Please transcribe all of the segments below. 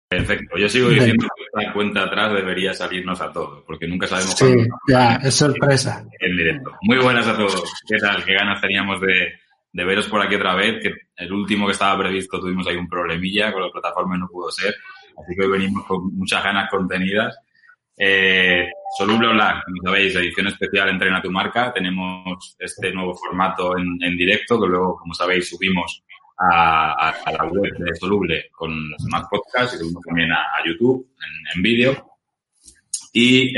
Perfecto. Yo sigo diciendo que esta cuenta atrás debería salirnos a todos, porque nunca sabemos cuándo. Sí, ya, es sorpresa. En directo. Muy buenas a todos. ¿Qué tal? Qué ganas teníamos de veros por aquí otra vez, que el último que estaba previsto tuvimos ahí un problemilla, con la plataforma no pudo ser, así que hoy venimos con muchas ganas contenidas. Soluble Online, como sabéis, edición especial Entrena tu Marca. Tenemos este nuevo formato en directo, que luego, como sabéis, subimos a la web de Soluble con los demás podcasts y subimos también a YouTube en vídeo. Y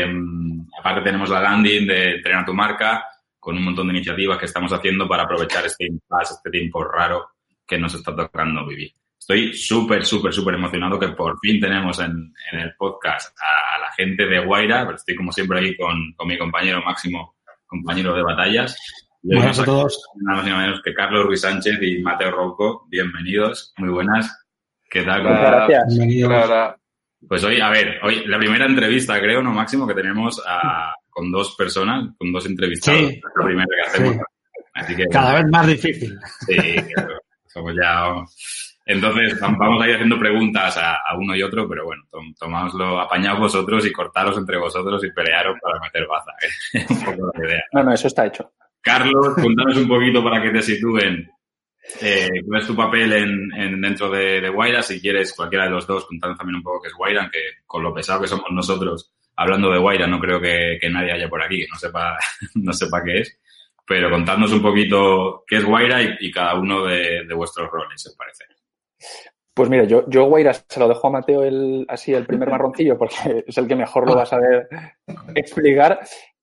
aparte tenemos la landing de Entrena tu Marca con un montón de iniciativas que estamos haciendo para aprovechar este impasse, este tiempo raro que nos está tocando vivir. Estoy súper emocionado que por fin tenemos en el podcast a la gente de Guaira, pero estoy como siempre aquí con mi compañero Máximo, compañero de batallas. Buenas a todos. Nada más y nada menos que Carlos Ruiz Sánchez y Mateo Rouco. Bienvenidos, muy buenas. ¿Qué tal? Muchas gracias. Bienvenidos. Pues hoy la primera entrevista, creo, ¿no, Máximo? Que tenemos con dos personas, con dos entrevistados. Sí. La primera que hacemos. Sí. Así que, Cada vez más difícil. Sí, claro. Somos ya... Entonces, vamos a ir haciendo preguntas a uno y otro, pero bueno, tomáoslo, apañaos vosotros y cortaros entre vosotros y pelearos para meter baza. Un poco la idea. No, eso está hecho. Carlos, cuéntanos un poquito para que te sitúen. ¿Cuál es tu papel dentro de Guaira? Si quieres, cualquiera de los dos, contanos también un poco qué es Guaira, aunque con lo pesado que somos nosotros hablando de Guaira, no creo que nadie haya por aquí que no sepa qué es. Pero contadnos un poquito qué es Guaira y cada uno de vuestros roles, si os parece. Pues mira, yo Guaira se lo dejo a Mateo el primer marroncillo porque es el que mejor lo va a saber explicar,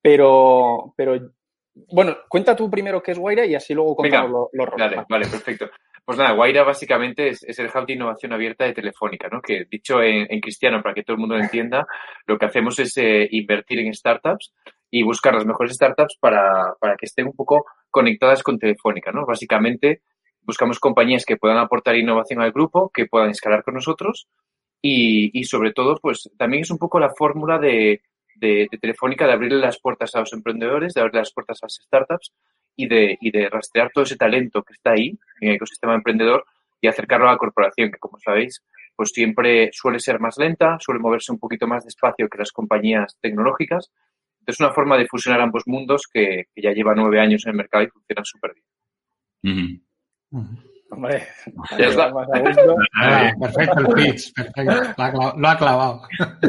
pero bueno, cuenta tú primero qué es Guaira y así luego contamos los roles. Vale, perfecto. Pues nada, Guaira básicamente es el hub de innovación abierta de Telefónica, ¿no? Que dicho en cristiano, para que todo el mundo lo entienda, lo que hacemos es invertir en startups y buscar las mejores startups para que estén un poco conectadas con Telefónica, ¿no? Básicamente buscamos compañías que puedan aportar innovación al grupo, que puedan escalar con nosotros y sobre todo, pues también es un poco la fórmula de Telefónica de abrirle las puertas a los emprendedores, de abrirle las puertas a las startups y de rastrear todo ese talento que está ahí en el ecosistema emprendedor y acercarlo a la corporación, que como sabéis, pues siempre suele ser más lenta, suele moverse un poquito más despacio que las compañías tecnológicas. Es una forma de fusionar ambos mundos que ya lleva 9 años en el mercado y funciona súper bien. Hombre, ya está. Perfecto el pitch, perfecto. Lo ha clavado.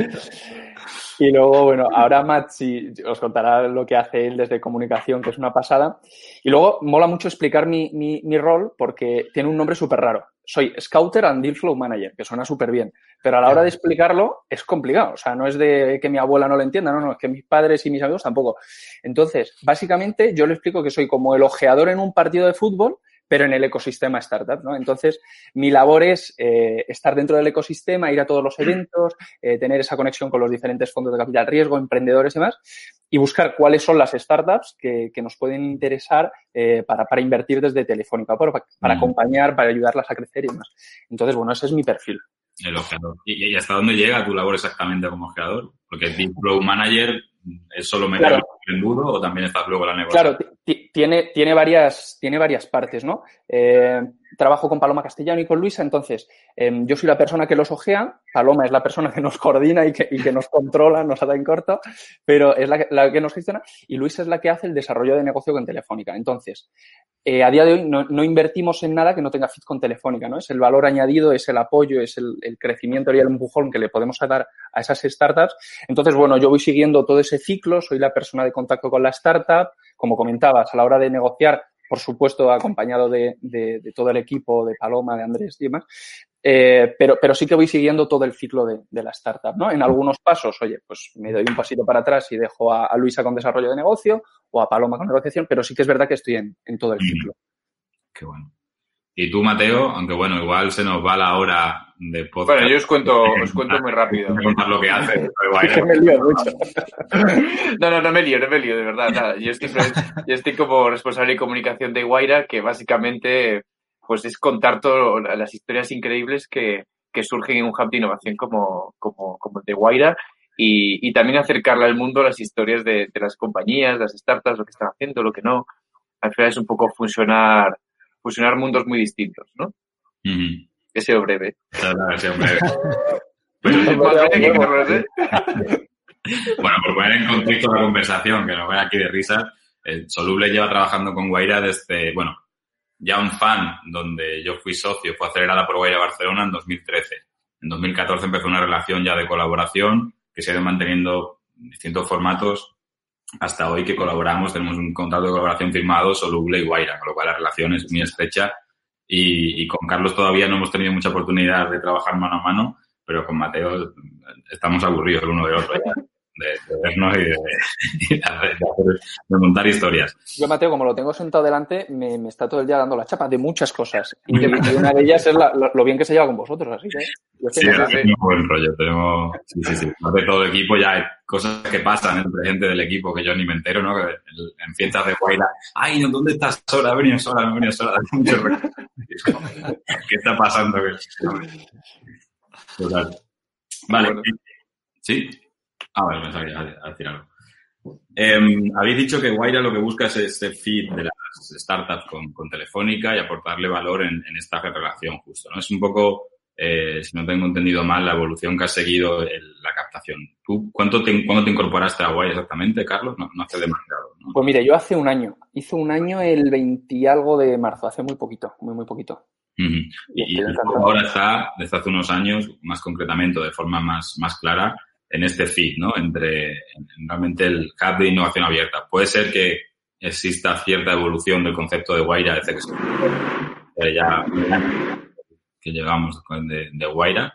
Y luego, bueno, ahora Matt sí os contará lo que hace él desde comunicación, que es una pasada. Y luego mola mucho explicar mi rol porque tiene un nombre súper raro. Soy Scouter and Deal Flow Manager, que suena súper bien. Pero a la hora de explicarlo es complicado. O sea, no es de que mi abuela no lo entienda, no, es que mis padres y mis amigos tampoco. Entonces, básicamente yo le explico que soy como el ojeador en un partido de fútbol, pero en el ecosistema startup, ¿no? Entonces, mi labor es estar dentro del ecosistema, ir a todos los eventos, tener esa conexión con los diferentes fondos de capital riesgo, emprendedores y demás, y buscar cuáles son las startups que nos pueden interesar para invertir desde Telefónica, para acompañar, para ayudarlas a crecer y demás. Entonces, bueno, ese es mi perfil. El ojeador. ¿Y hasta dónde llega tu labor exactamente como ojeador? Porque el Deal Flow Manager es solo meter el embudo o también estás luego en la negociación. Claro, tiene varias partes, ¿no? Trabajo con Paloma Castellano y con Luisa, entonces yo soy la persona que los ojea, Paloma es la persona que nos coordina y que nos controla, nos ata en corto, pero es la que nos gestiona y Luisa es la que hace el desarrollo de negocio con Telefónica. Entonces, a día de hoy no invertimos en nada que no tenga fit con Telefónica, ¿no? Es el valor añadido, es el apoyo, es el crecimiento y el empujón que le podemos dar a esas startups. Entonces, bueno, yo voy siguiendo todo ese ciclo, soy la persona de contacto con la startup, como comentabas, a la hora de negociar, por supuesto, acompañado de todo el equipo, de Paloma, de Andrés y demás, pero sí que voy siguiendo todo el ciclo de la startup, ¿no? En algunos pasos, oye, pues me doy un pasito para atrás y dejo a Luisa con desarrollo de negocio o a Paloma con negociación, pero sí que es verdad que estoy en todo el ciclo. Qué bueno. Y tú, Mateo, aunque bueno, igual se nos va la hora de podcast. Bueno, yo os cuento muy rápido. Contar lo que haces. Es que me lío mucho. No me lío, de verdad. Nada. Yo estoy como responsable de comunicación de Guaira, que básicamente pues es contar todas las historias increíbles que surgen en un hub de innovación como el de Guaira y también acercarle al mundo las historias de las compañías, las startups, lo que están haciendo, lo que no. Al final es un poco fusionar mundos muy distintos, ¿no? Uh-huh. Que sea breve. Esa es la versión breve. Bueno, por poner en contexto la conversación, que nos ven aquí de risas, Soluble lleva trabajando con Guaira desde, bueno, ya un fan donde yo fui socio, fue acelerada por Guaira Barcelona en 2013. En 2014 empezó una relación ya de colaboración que se ha ido manteniendo en distintos formatos hasta hoy que colaboramos, tenemos un contrato de colaboración firmado, Soluble y Guaira, con lo cual la relación es muy estrecha y con Carlos todavía no hemos tenido mucha oportunidad de trabajar mano a mano, pero con Mateo estamos aburridos el uno del otro ya, de vernos y de montar historias. Yo, Mateo, como lo tengo sentado delante, me está todo el día dando la chapa de muchas cosas. Y una de ellas es lo bien que se lleva con vosotros, así que... Sí, tenemos buen rollo. Tenemos, sí. De todo el equipo ya hay cosas que pasan entre gente del equipo que yo ni me entero, ¿no? Que en fiestas de Guaira, ¡ay, ¿dónde estás Sora? Ha venido Sora, no ha venido Sora. ¿Qué está pasando? Total. Vale. Bueno. ¿Sí? Bueno, pensaba que ibas a decir algo. Habéis dicho que Guaira lo que busca es ese feed de las startups con Telefónica y aportarle valor en esta relación justo, ¿no? Es un poco, si no tengo entendido mal, la evolución que ha seguido la captación. ¿Tú cuándo te incorporaste a Guaira exactamente, Carlos? No hace demasiado, ¿no? Pues mire, yo hace un año. Hice un año el 20 y algo de marzo, hace muy poquito, muy poquito. Uh-huh. Y ahora está, desde hace unos años, más concretamente, de forma más clara, en este feed, ¿no? Entre realmente el hub de innovación abierta. Puede ser que exista cierta evolución del concepto de Guaira desde que ya que llegamos de Guaira.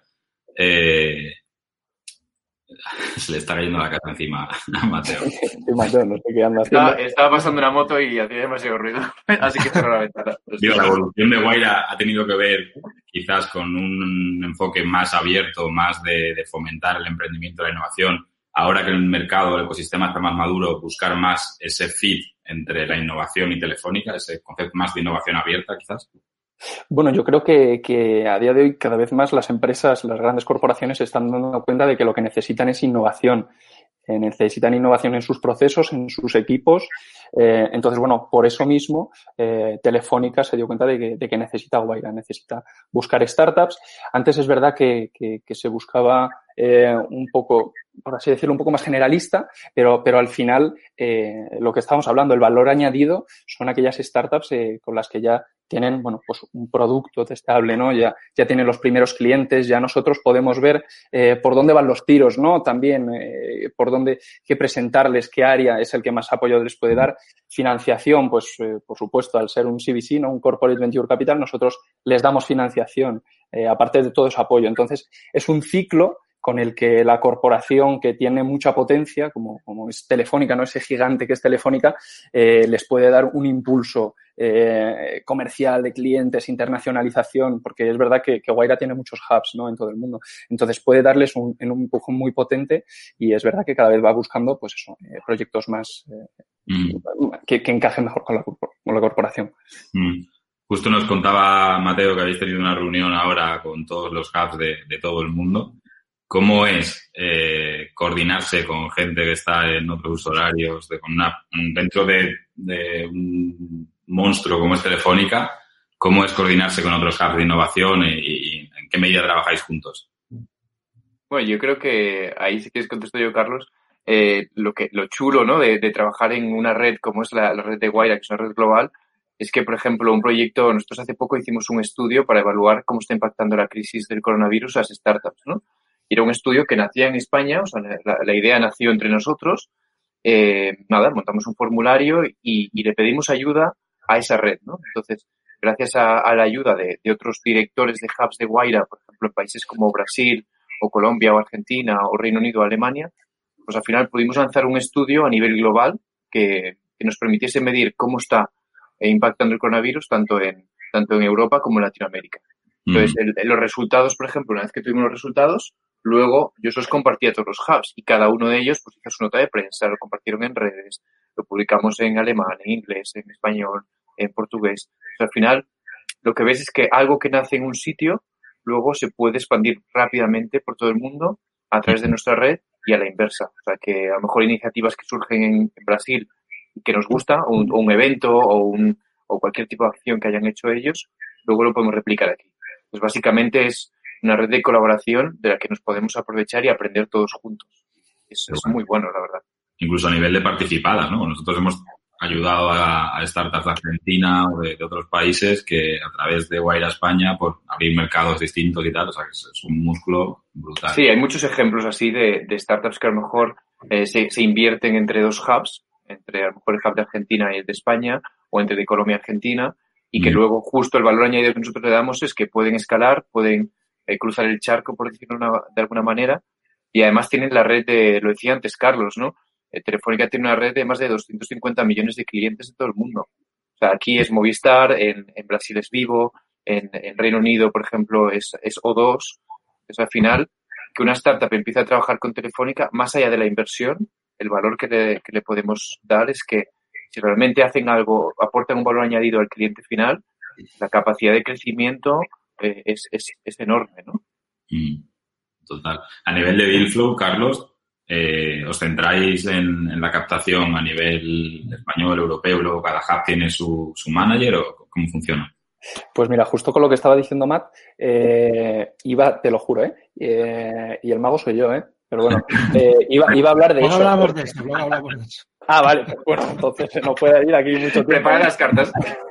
Se le está cayendo la casa encima a Mateo. Mateo, no sé qué anda haciendo. Estaba pasando una moto y hacía demasiado ruido, así que cerró la ventana. Digo, la evolución de Guaira ha tenido que ver quizás con un enfoque más abierto, más de fomentar el emprendimiento y la innovación. Ahora que el mercado, el ecosistema está más maduro, buscar más ese fit entre la innovación y Telefónica, ese concepto más de innovación abierta quizás. Bueno, yo creo que a día de hoy cada vez más las empresas, las grandes corporaciones se están dando cuenta de que lo que necesitan es innovación. Necesitan innovación en sus procesos, en sus equipos. Entonces, bueno, por eso mismo Telefónica se dio cuenta de que necesita Guaira, necesita buscar startups. Antes es verdad que se buscaba un poco, por así decirlo, un poco más generalista, pero al final lo que estamos hablando, el valor añadido, son aquellas startups con las que ya tienen, bueno, pues un producto testable, ¿no? Ya tienen los primeros clientes, ya nosotros podemos ver por dónde van los tiros, ¿no? También por dónde, qué presentarles, qué área es el que más apoyo les puede dar. Financiación, pues por supuesto, al ser un CVC, ¿no? Un Corporate Venture Capital, nosotros les damos financiación, aparte de todo ese apoyo. Entonces, es un ciclo con el que la corporación que tiene mucha potencia, como es Telefónica, no ese gigante que es Telefónica, les puede dar un impulso comercial de clientes, internacionalización, porque es verdad que Guaira tiene muchos hubs, ¿no? En todo el mundo. Entonces puede darles un empujón muy potente y es verdad que cada vez va buscando, pues eso, proyectos más que encajen mejor con la corporación. Justo nos contaba Mateo que habéis tenido una reunión ahora con todos los hubs de todo el mundo. ¿Cómo es coordinarse con gente que está en otros horarios, dentro de un monstruo como es Telefónica? ¿Cómo es coordinarse con otros hubs de innovación y en qué medida trabajáis juntos? Bueno, yo creo que ahí si quieres contesto yo, Carlos, lo chulo, ¿no? de trabajar en una red como es la red de Guaira, que es una red global, es que, por ejemplo, un proyecto, nosotros hace poco hicimos un estudio para evaluar cómo está impactando la crisis del coronavirus a las startups, ¿no? Era un estudio que nacía en España, o sea, la idea nació entre nosotros. Montamos un formulario y le pedimos ayuda a esa red, ¿no? Entonces, gracias a la ayuda de otros directores de hubs de Guaira, por ejemplo, en países como Brasil o Colombia o Argentina o Reino Unido o Alemania, pues al final pudimos lanzar un estudio a nivel global que nos permitiese medir cómo está impactando el coronavirus tanto en Europa como en Latinoamérica. Entonces, los resultados, por ejemplo, una vez que tuvimos los resultados, luego yo los compartí a todos los hubs y cada uno de ellos pues hizo su nota de prensa, lo compartieron en redes, lo publicamos en alemán, en inglés, en español, en portugués. O sea, al final, lo que ves es que algo que nace en un sitio, luego se puede expandir rápidamente por todo el mundo a través de nuestra red y a la inversa. O sea, que a lo mejor iniciativas que surgen en Brasil y que nos gusta, o un evento o cualquier tipo de acción que hayan hecho ellos, luego lo podemos replicar aquí. Pues básicamente es una red de colaboración de la que nos podemos aprovechar y aprender todos juntos. Es muy bueno, la verdad. Incluso a nivel de participadas, ¿no? Nosotros hemos ayudado a startups de Argentina o de otros países que a través de Wayra España por abrir mercados distintos y tal, o sea que es un músculo brutal. Sí, hay muchos ejemplos así de startups que a lo mejor se invierten entre dos hubs, entre a lo mejor el hub de Argentina y el de España, o entre de Colombia y Argentina, y que luego justo el valor añadido que nosotros le damos es que pueden escalar, pueden cruzar el charco, por decirlo de alguna manera, y además tienen la red de, lo decía antes Carlos, ¿no? Telefónica tiene una red de más de 250 millones de clientes en todo el mundo. O sea, aquí es Movistar, en Brasil es Vivo, en Reino Unido, por ejemplo, es O2. Es al final que una startup empieza a trabajar con Telefónica, más allá de la inversión, el valor que le podemos dar es que si realmente hacen algo, aportan un valor añadido al cliente final, la capacidad de crecimiento es enorme, ¿no? Total. A nivel de deal flow, Carlos, ¿os centráis en la captación a nivel español, europeo, luego cada hub tiene su manager o cómo funciona? Pues mira, justo con lo que estaba diciendo Matt, iba, te lo juro, y el mago soy yo, pero bueno, iba a hablar de eso. Luego hablamos de eso. Ah, vale, bueno, entonces se nos puede ir aquí mucho tiempo. Prepara las cartas.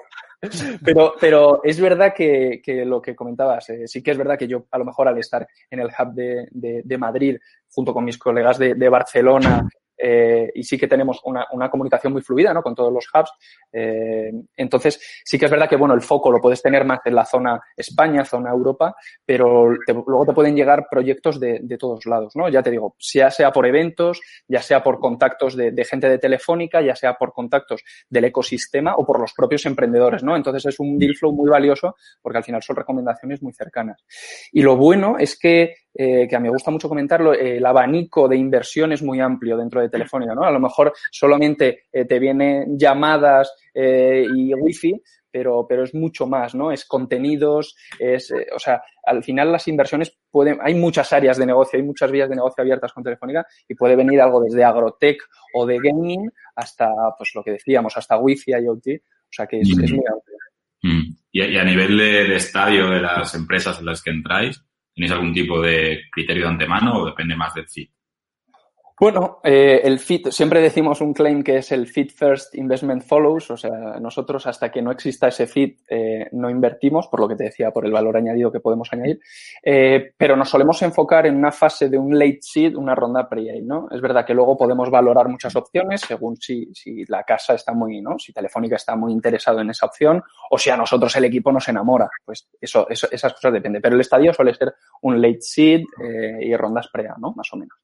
Pero es verdad que lo que comentabas, sí que es verdad que yo a lo mejor al estar en el hub de Madrid junto con mis colegas de Barcelona y sí que tenemos una comunicación muy fluida, ¿no? Con todos los hubs. Entonces sí que es verdad que bueno, el foco lo puedes tener más en la zona España, zona Europa, pero luego te pueden llegar proyectos de todos lados, ¿no? Ya te digo, ya sea por eventos, ya sea por contactos de gente de Telefónica, ya sea por contactos del ecosistema o por los propios emprendedores, ¿no? Entonces es un deal flow muy valioso porque al final son recomendaciones muy cercanas. Y lo bueno es que a mí me gusta mucho comentarlo, el abanico de inversión es muy amplio dentro de Telefónica, ¿no? A lo mejor solamente te vienen llamadas y wifi, pero es mucho más, ¿no? Es contenidos, o sea, al final las inversiones hay muchas áreas de negocio, hay muchas vías de negocio abiertas con Telefónica y puede venir algo desde agrotech o de gaming hasta, pues lo que decíamos, hasta wifi, IoT, o sea que es muy amplio. Y a nivel de estadio de las empresas en las que entráis, ¿tenéis algún tipo de criterio de antemano o depende más del fit? Bueno, el fit, siempre decimos un claim que es el fit first, investment follows, o sea, nosotros hasta que no exista ese fit no invertimos, por lo que te decía, por el valor añadido que podemos añadir, pero nos solemos enfocar en una fase de un late seed, una ronda pre-A, ¿no? Es verdad que luego podemos valorar muchas opciones según si la casa está muy, ¿no? Si Telefónica está muy interesado en esa opción o si a nosotros el equipo nos enamora, pues esas cosas depende, pero el estadio suele ser un late seed y rondas pre-A, ¿no? Más o menos.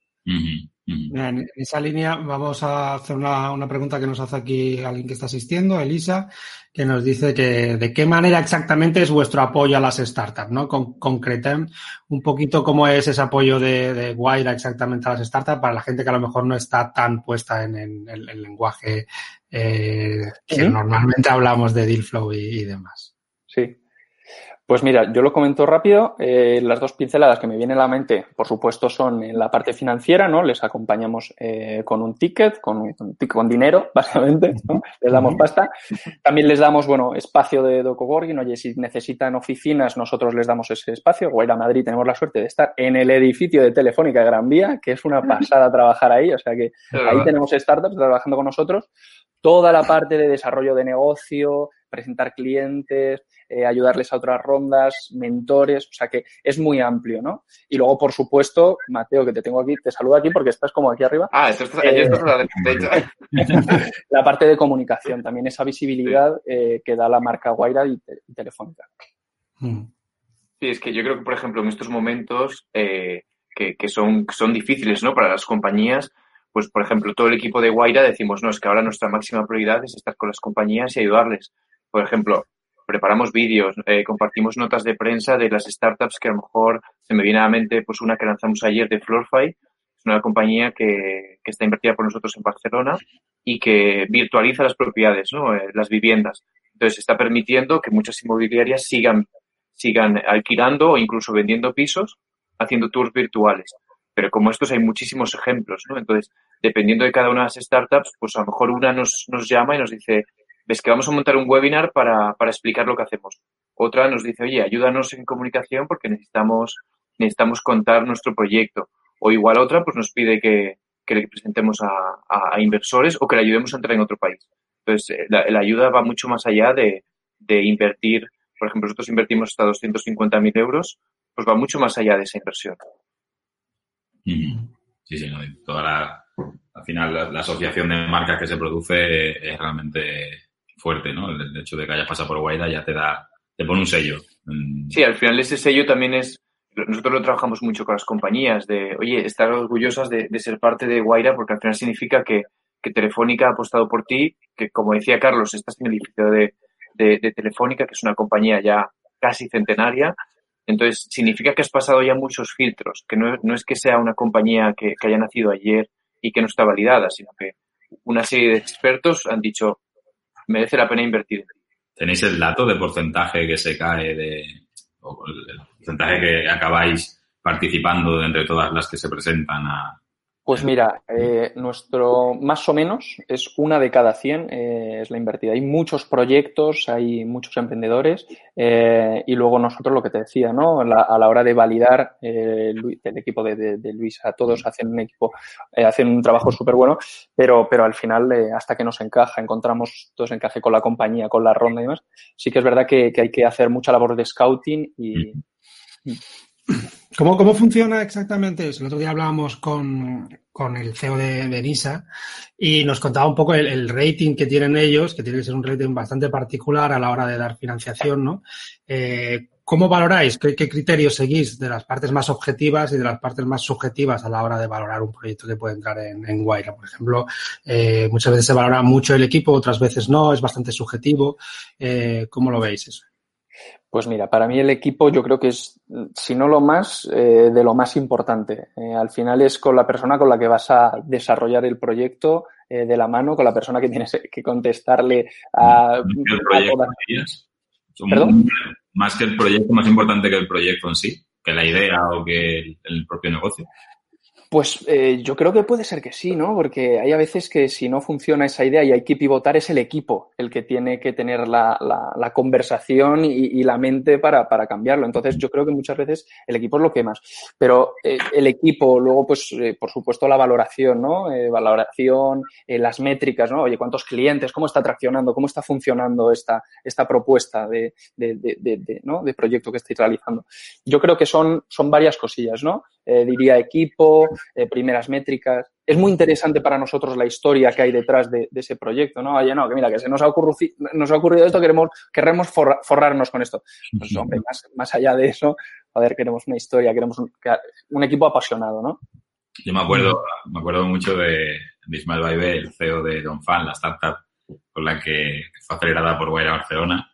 En esa línea vamos a hacer una pregunta que nos hace aquí alguien que está asistiendo, Elisa, que nos dice que de qué manera exactamente es vuestro apoyo a las startups, ¿no? Concreten un poquito cómo es ese apoyo de Wayra exactamente a las startups para la gente que a lo mejor no está tan puesta en el lenguaje que normalmente hablamos de deal flow y demás. Sí. Pues mira, yo lo comento rápido. Las dos pinceladas que me vienen a la mente, por supuesto, son en la parte financiera, ¿no? Les acompañamos con un ticket, con dinero, básicamente, ¿no? Les damos pasta. También les damos, bueno, espacio de coworking. Oye, si necesitan oficinas, nosotros les damos ese espacio. Wayra Madrid tenemos la suerte de estar en el edificio de Telefónica de Gran Vía, que es una pasada trabajar ahí. O sea que ahí tenemos startups trabajando con nosotros. Toda la parte de desarrollo de negocio, presentar clientes, ayudarles a otras rondas, mentores, o sea que es muy amplio, ¿no? Y luego, por supuesto, Mateo, que te tengo aquí, te saludo aquí porque estás como aquí arriba. Ah, esto a la derecha. La parte de comunicación, también esa visibilidad que da la marca Wayra y Telefónica. Sí, es que yo creo que, por ejemplo, en estos momentos que son difíciles, ¿no? Para las compañías, pues, por ejemplo, todo el equipo de Wayra decimos, no, es que ahora nuestra máxima prioridad es estar con las compañías y ayudarles. Por ejemplo, preparamos vídeos, compartimos notas de prensa de las startups que a lo mejor se me viene a la mente, pues una que lanzamos ayer de Floorfy, es una compañía que está invertida por nosotros en Barcelona y que virtualiza las propiedades, ¿no? Las viviendas. Entonces, está permitiendo que muchas inmobiliarias sigan alquilando o incluso vendiendo pisos, haciendo tours virtuales. Pero como estos hay muchísimos ejemplos, ¿no? Entonces, dependiendo de cada una de las startups, pues a lo mejor una nos llama y nos dice, ves que vamos a montar un webinar para explicar lo que hacemos. Otra nos dice, oye, ayúdanos en comunicación porque necesitamos contar nuestro proyecto. O igual otra pues nos pide que le presentemos a inversores o que le ayudemos a entrar en otro país. Entonces, la ayuda va mucho más allá de invertir. Por ejemplo, nosotros invertimos hasta 250.000 euros, pues va mucho más allá de esa inversión. Sí, no, al final la asociación de marcas que se produce es realmente fuerte, ¿no? El hecho de que hayas pasado por Wayra ya te pone un sello. Sí, al final ese sello también es, nosotros lo trabajamos mucho con las compañías, de, oye, estar orgullosas de ser parte de Wayra, porque al final significa que Telefónica ha apostado por ti, que como decía Carlos, estás en el edificio de Telefónica, que es una compañía ya casi centenaria. Entonces, significa que has pasado ya muchos filtros, que no es que sea una compañía que haya nacido ayer y que no está validada, sino que una serie de expertos han dicho, merece la pena invertir. ¿Tenéis el dato de porcentaje que se cae o el porcentaje que acabáis participando de entre todas las que se presentan a... Pues mira, nuestro más o menos es 1 de cada 100 es la invertida. Hay muchos proyectos, hay muchos emprendedores y luego nosotros lo que te decía, ¿no? A la hora de validar el equipo de Luisa, todos hacen un equipo, hacen un trabajo súper bueno, pero al final hasta que nos encaja, encontramos todo ese encaje con la compañía, con la ronda y demás, sí que es verdad que hay que hacer mucha labor de scouting y... ¿Cómo funciona exactamente eso? El otro día hablábamos con el CEO de NISA y nos contaba un poco el rating que tienen ellos, que tiene que ser un rating bastante particular a la hora de dar financiación, ¿no? ¿Cómo valoráis? ¿Qué criterios seguís de las partes más objetivas y de las partes más subjetivas a la hora de valorar un proyecto que puede entrar en Wayra? Por ejemplo, muchas veces se valora mucho el equipo, otras veces no, es bastante subjetivo. ¿Cómo lo veis eso? Pues mira, para mí el equipo yo creo que es, si no lo más, de lo más importante. Al final es con la persona con la que vas a desarrollar el proyecto de la mano, con la persona que tienes que contestarle a todas. ¿Perdón? Más que el proyecto, más importante que el proyecto en sí, que la idea o que el propio negocio. Pues yo creo que puede ser que sí, ¿no? Porque hay a veces que si no funciona esa idea y hay que pivotar, es el equipo el que tiene que tener la conversación y la mente para cambiarlo. Entonces yo creo que muchas veces el equipo es lo que más. Pero el equipo, luego pues por supuesto la valoración, ¿no? Valoración, las métricas, ¿no? Oye, ¿cuántos clientes? ¿Cómo está traccionando? ¿Cómo está funcionando esta propuesta de proyecto que estáis realizando? Yo creo que son varias cosillas, ¿no? Diría equipo, primeras métricas. Es muy interesante para nosotros la historia que hay detrás de ese proyecto, ¿no? Oye, no, que mira, que se nos ha ocurrido esto, queremos forrarnos con esto. Pues, hombre, más allá de eso, queremos una historia, queremos un equipo apasionado, ¿no? Yo me acuerdo mucho de Ismael Baibé, el CEO de Donfan, la startup con la que fue acelerada por Wayra Barcelona.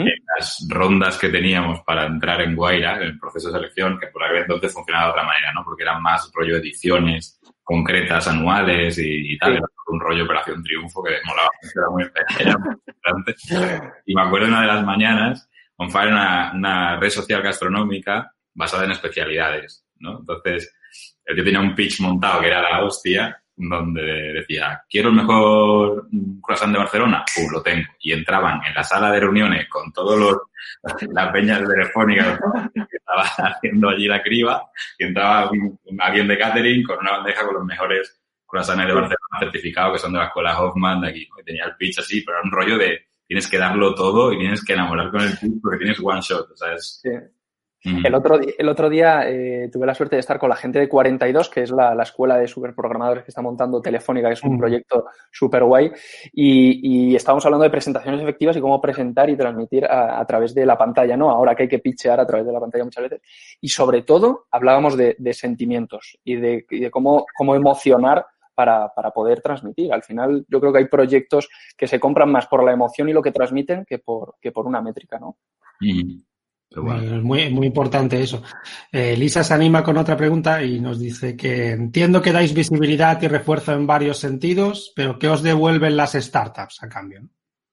Las rondas que teníamos para entrar en Wayra, el proceso de selección, que por aquel entonces funcionaba de otra manera, ¿no? Porque eran más rollo ediciones concretas anuales y tal, era un rollo Operación Triunfo que molaba mucho, era muy interesante. Y me acuerdo una de las mañanas, Onfire era una red social gastronómica basada en especialidades, ¿no? Entonces, el tío tenía un pitch montado que era la hostia, donde decía, quiero el mejor croissant de Barcelona, lo tengo. Y entraban en la sala de reuniones con todos las peñas telefónicas que estaba haciendo allí la criba, y entraba alguien de catering con una bandeja con los mejores croissants de Barcelona certificados, que son de la escuela Hoffman de aquí. Y tenía el pitch así, pero era un rollo de tienes que darlo todo y tienes que enamorar con el pitch porque tienes one shot, o sea, es... Sí. El otro día tuve la suerte de estar con la gente de 42, que es la escuela de superprogramadores que está montando Telefónica, que es un proyecto súper guay, y estábamos hablando de presentaciones efectivas y cómo presentar y transmitir a través de la pantalla, ¿no? Ahora que hay que pitchear a través de la pantalla muchas veces. Y sobre todo hablábamos de sentimientos y de cómo emocionar para poder transmitir. Al final yo creo que hay proyectos que se compran más por la emoción y lo que transmiten que por una métrica, ¿no? Bueno. Es muy importante eso. Lisa se anima con otra pregunta y nos dice que entiendo que dais visibilidad y refuerzo en varios sentidos, pero ¿qué os devuelven las startups a cambio?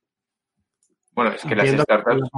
Bueno, es que las startups...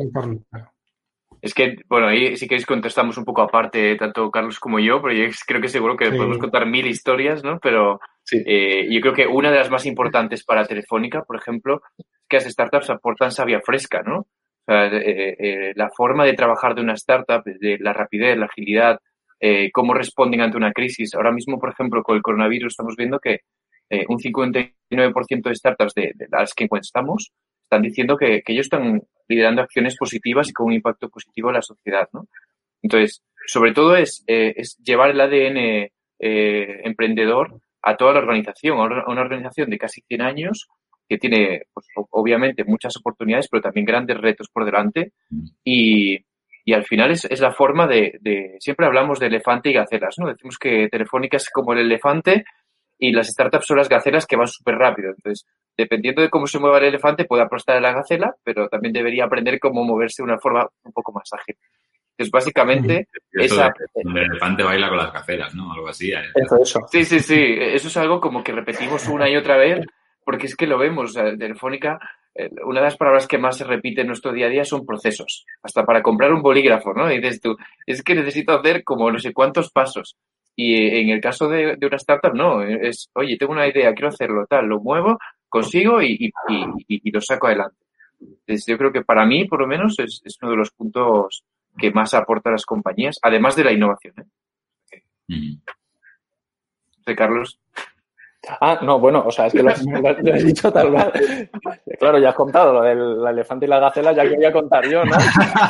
Es que, bueno, ahí si queréis contestamos un poco aparte, tanto Carlos como yo, pero yo creo que seguro que podemos contar 1000 historias, ¿no? Pero yo creo que una de las más importantes para Telefónica, por ejemplo, es que las startups aportan savia fresca, ¿no? O sea, la forma de trabajar de una startup, de la rapidez, la agilidad, cómo responden ante una crisis. Ahora mismo, por ejemplo, con el coronavirus estamos viendo que un 59% de startups de las que encuestamos están diciendo que ellos están liderando acciones positivas y con un impacto positivo en la sociedad, ¿no? Entonces, sobre todo es llevar el ADN emprendedor a toda la organización, a una organización de casi 100 años que tiene, pues, obviamente, muchas oportunidades, pero también grandes retos por delante. Y al final es la forma de... Siempre hablamos de elefante y gacelas, ¿no? Decimos que Telefónica es como el elefante y las startups son las gacelas que van súper rápido. Entonces, dependiendo de cómo se mueva el elefante, puede aplastar a la gacela, pero también debería aprender cómo moverse de una forma un poco más ágil. Entonces, básicamente... El elefante baila con las gacelas, ¿no? Algo así. Eso. Sí. Eso es algo como que repetimos una y otra vez, porque es que lo vemos. O sea, Telefónica, una de las palabras que más se repite en nuestro día a día son procesos. Hasta para comprar un bolígrafo, ¿no? Y dices tú, es que necesito hacer como no sé cuántos pasos. Y en el caso de una startup, no. Es, oye, tengo una idea, quiero hacerlo, tal, lo muevo, consigo y lo saco adelante. Entonces, yo creo que para mí, por lo menos, es uno de los puntos que más aporta a las compañías, además de la innovación, ¿eh? ¿De Carlos? No, bueno, o sea, es que lo has dicho tal cual. Claro, ya has contado lo del elefante y la gacela, ya quería contar yo, ¿no?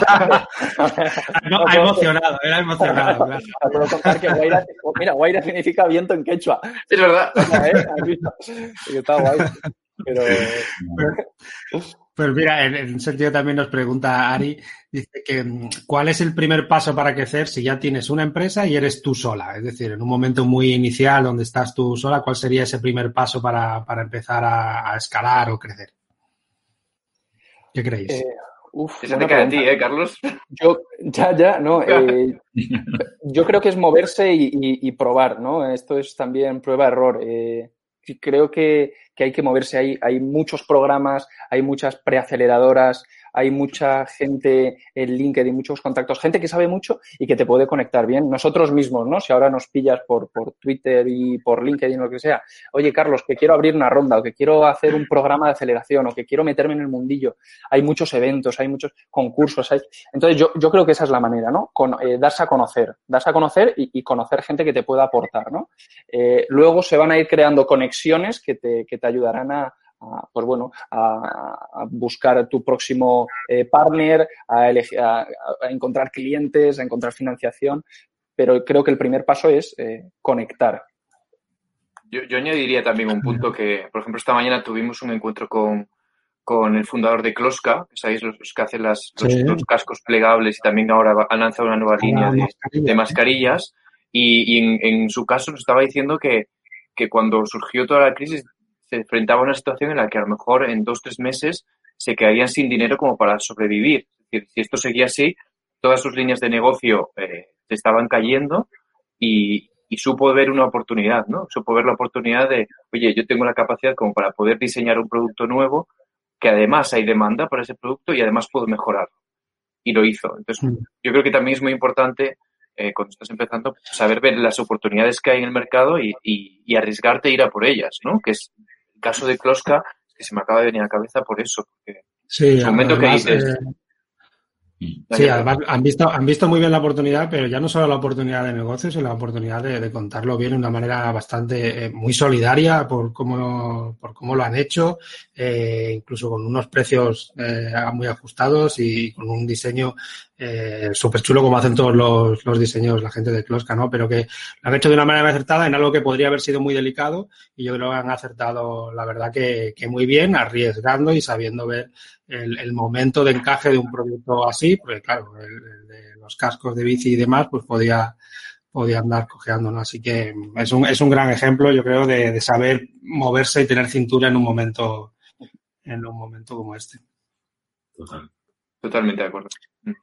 Era emocionado. Claro. Puedo contar que Guaira, mira, Guaira significa viento en quechua. Es verdad. ¿Has visto? Está guay. Pues mira, en un sentido también nos pregunta Ari, dice que ¿cuál es el primer paso para crecer si ya tienes una empresa y eres tú sola? Es decir, en un momento muy inicial donde estás tú sola, ¿cuál sería ese primer paso para empezar a escalar o crecer? ¿Qué creéis? Eso te cae a ti, Carlos. Yo creo que es moverse y probar, ¿no? Esto es también prueba-error. Creo que hay que moverse. Hay muchos programas, hay muchas preaceleradoras, hay mucha gente en LinkedIn, muchos contactos, gente que sabe mucho y que te puede conectar bien. Nosotros mismos, ¿no? Si ahora nos pillas por Twitter y por LinkedIn o lo que sea, oye, Carlos, que quiero abrir una ronda o que quiero hacer un programa de aceleración o que quiero meterme en el mundillo. Hay muchos eventos, hay muchos concursos. Entonces, yo creo que esa es la manera, ¿no? Darse a conocer y conocer gente que te pueda aportar, ¿no? Luego se van a ir creando conexiones que te ayudarán a buscar tu próximo partner, a encontrar clientes, a encontrar financiación, pero creo que el primer paso es conectar. Yo añadiría también un punto que, por ejemplo, esta mañana tuvimos un encuentro con el fundador de Closca, que sabéis los que hacen los cascos plegables y también ahora han lanzado una nueva línea de mascarillas y en su caso nos estaba diciendo que cuando surgió toda la crisis se enfrentaba a una situación en la que a lo mejor en 2-3 meses se quedarían sin dinero como para sobrevivir. Es decir, si esto seguía así, todas sus líneas de negocio se estaban cayendo y supo ver una oportunidad, ¿no? Supo ver la oportunidad de, oye, yo tengo la capacidad como para poder diseñar un producto nuevo que además hay demanda para ese producto y además puedo mejorarlo. Y lo hizo. Entonces, yo creo que también es muy importante cuando estás empezando, saber ver las oportunidades que hay en el mercado y arriesgarte a ir a por ellas, ¿no? Que es el caso de Closca, que se me acaba de venir a la cabeza por eso. Porque sí, en el momento además, que dices... Sí, además han visto muy bien la oportunidad, pero ya no solo la oportunidad de negocio, sino la oportunidad de contarlo bien de una manera bastante muy solidaria por cómo lo han hecho, incluso con unos precios muy ajustados y con un diseño súper chulo como hacen todos los diseños la gente de Closca, ¿no? Pero que lo han hecho de una manera acertada en algo que podría haber sido muy delicado y yo creo que han acertado, la verdad, que muy bien, arriesgando y sabiendo ver el momento de encaje de un producto así, porque claro, el de los cascos de bici y demás, pues podía andar cojeando, ¿no? Así que es un gran ejemplo, yo creo, de saber moverse y tener cintura en un momento como este. Totalmente de acuerdo.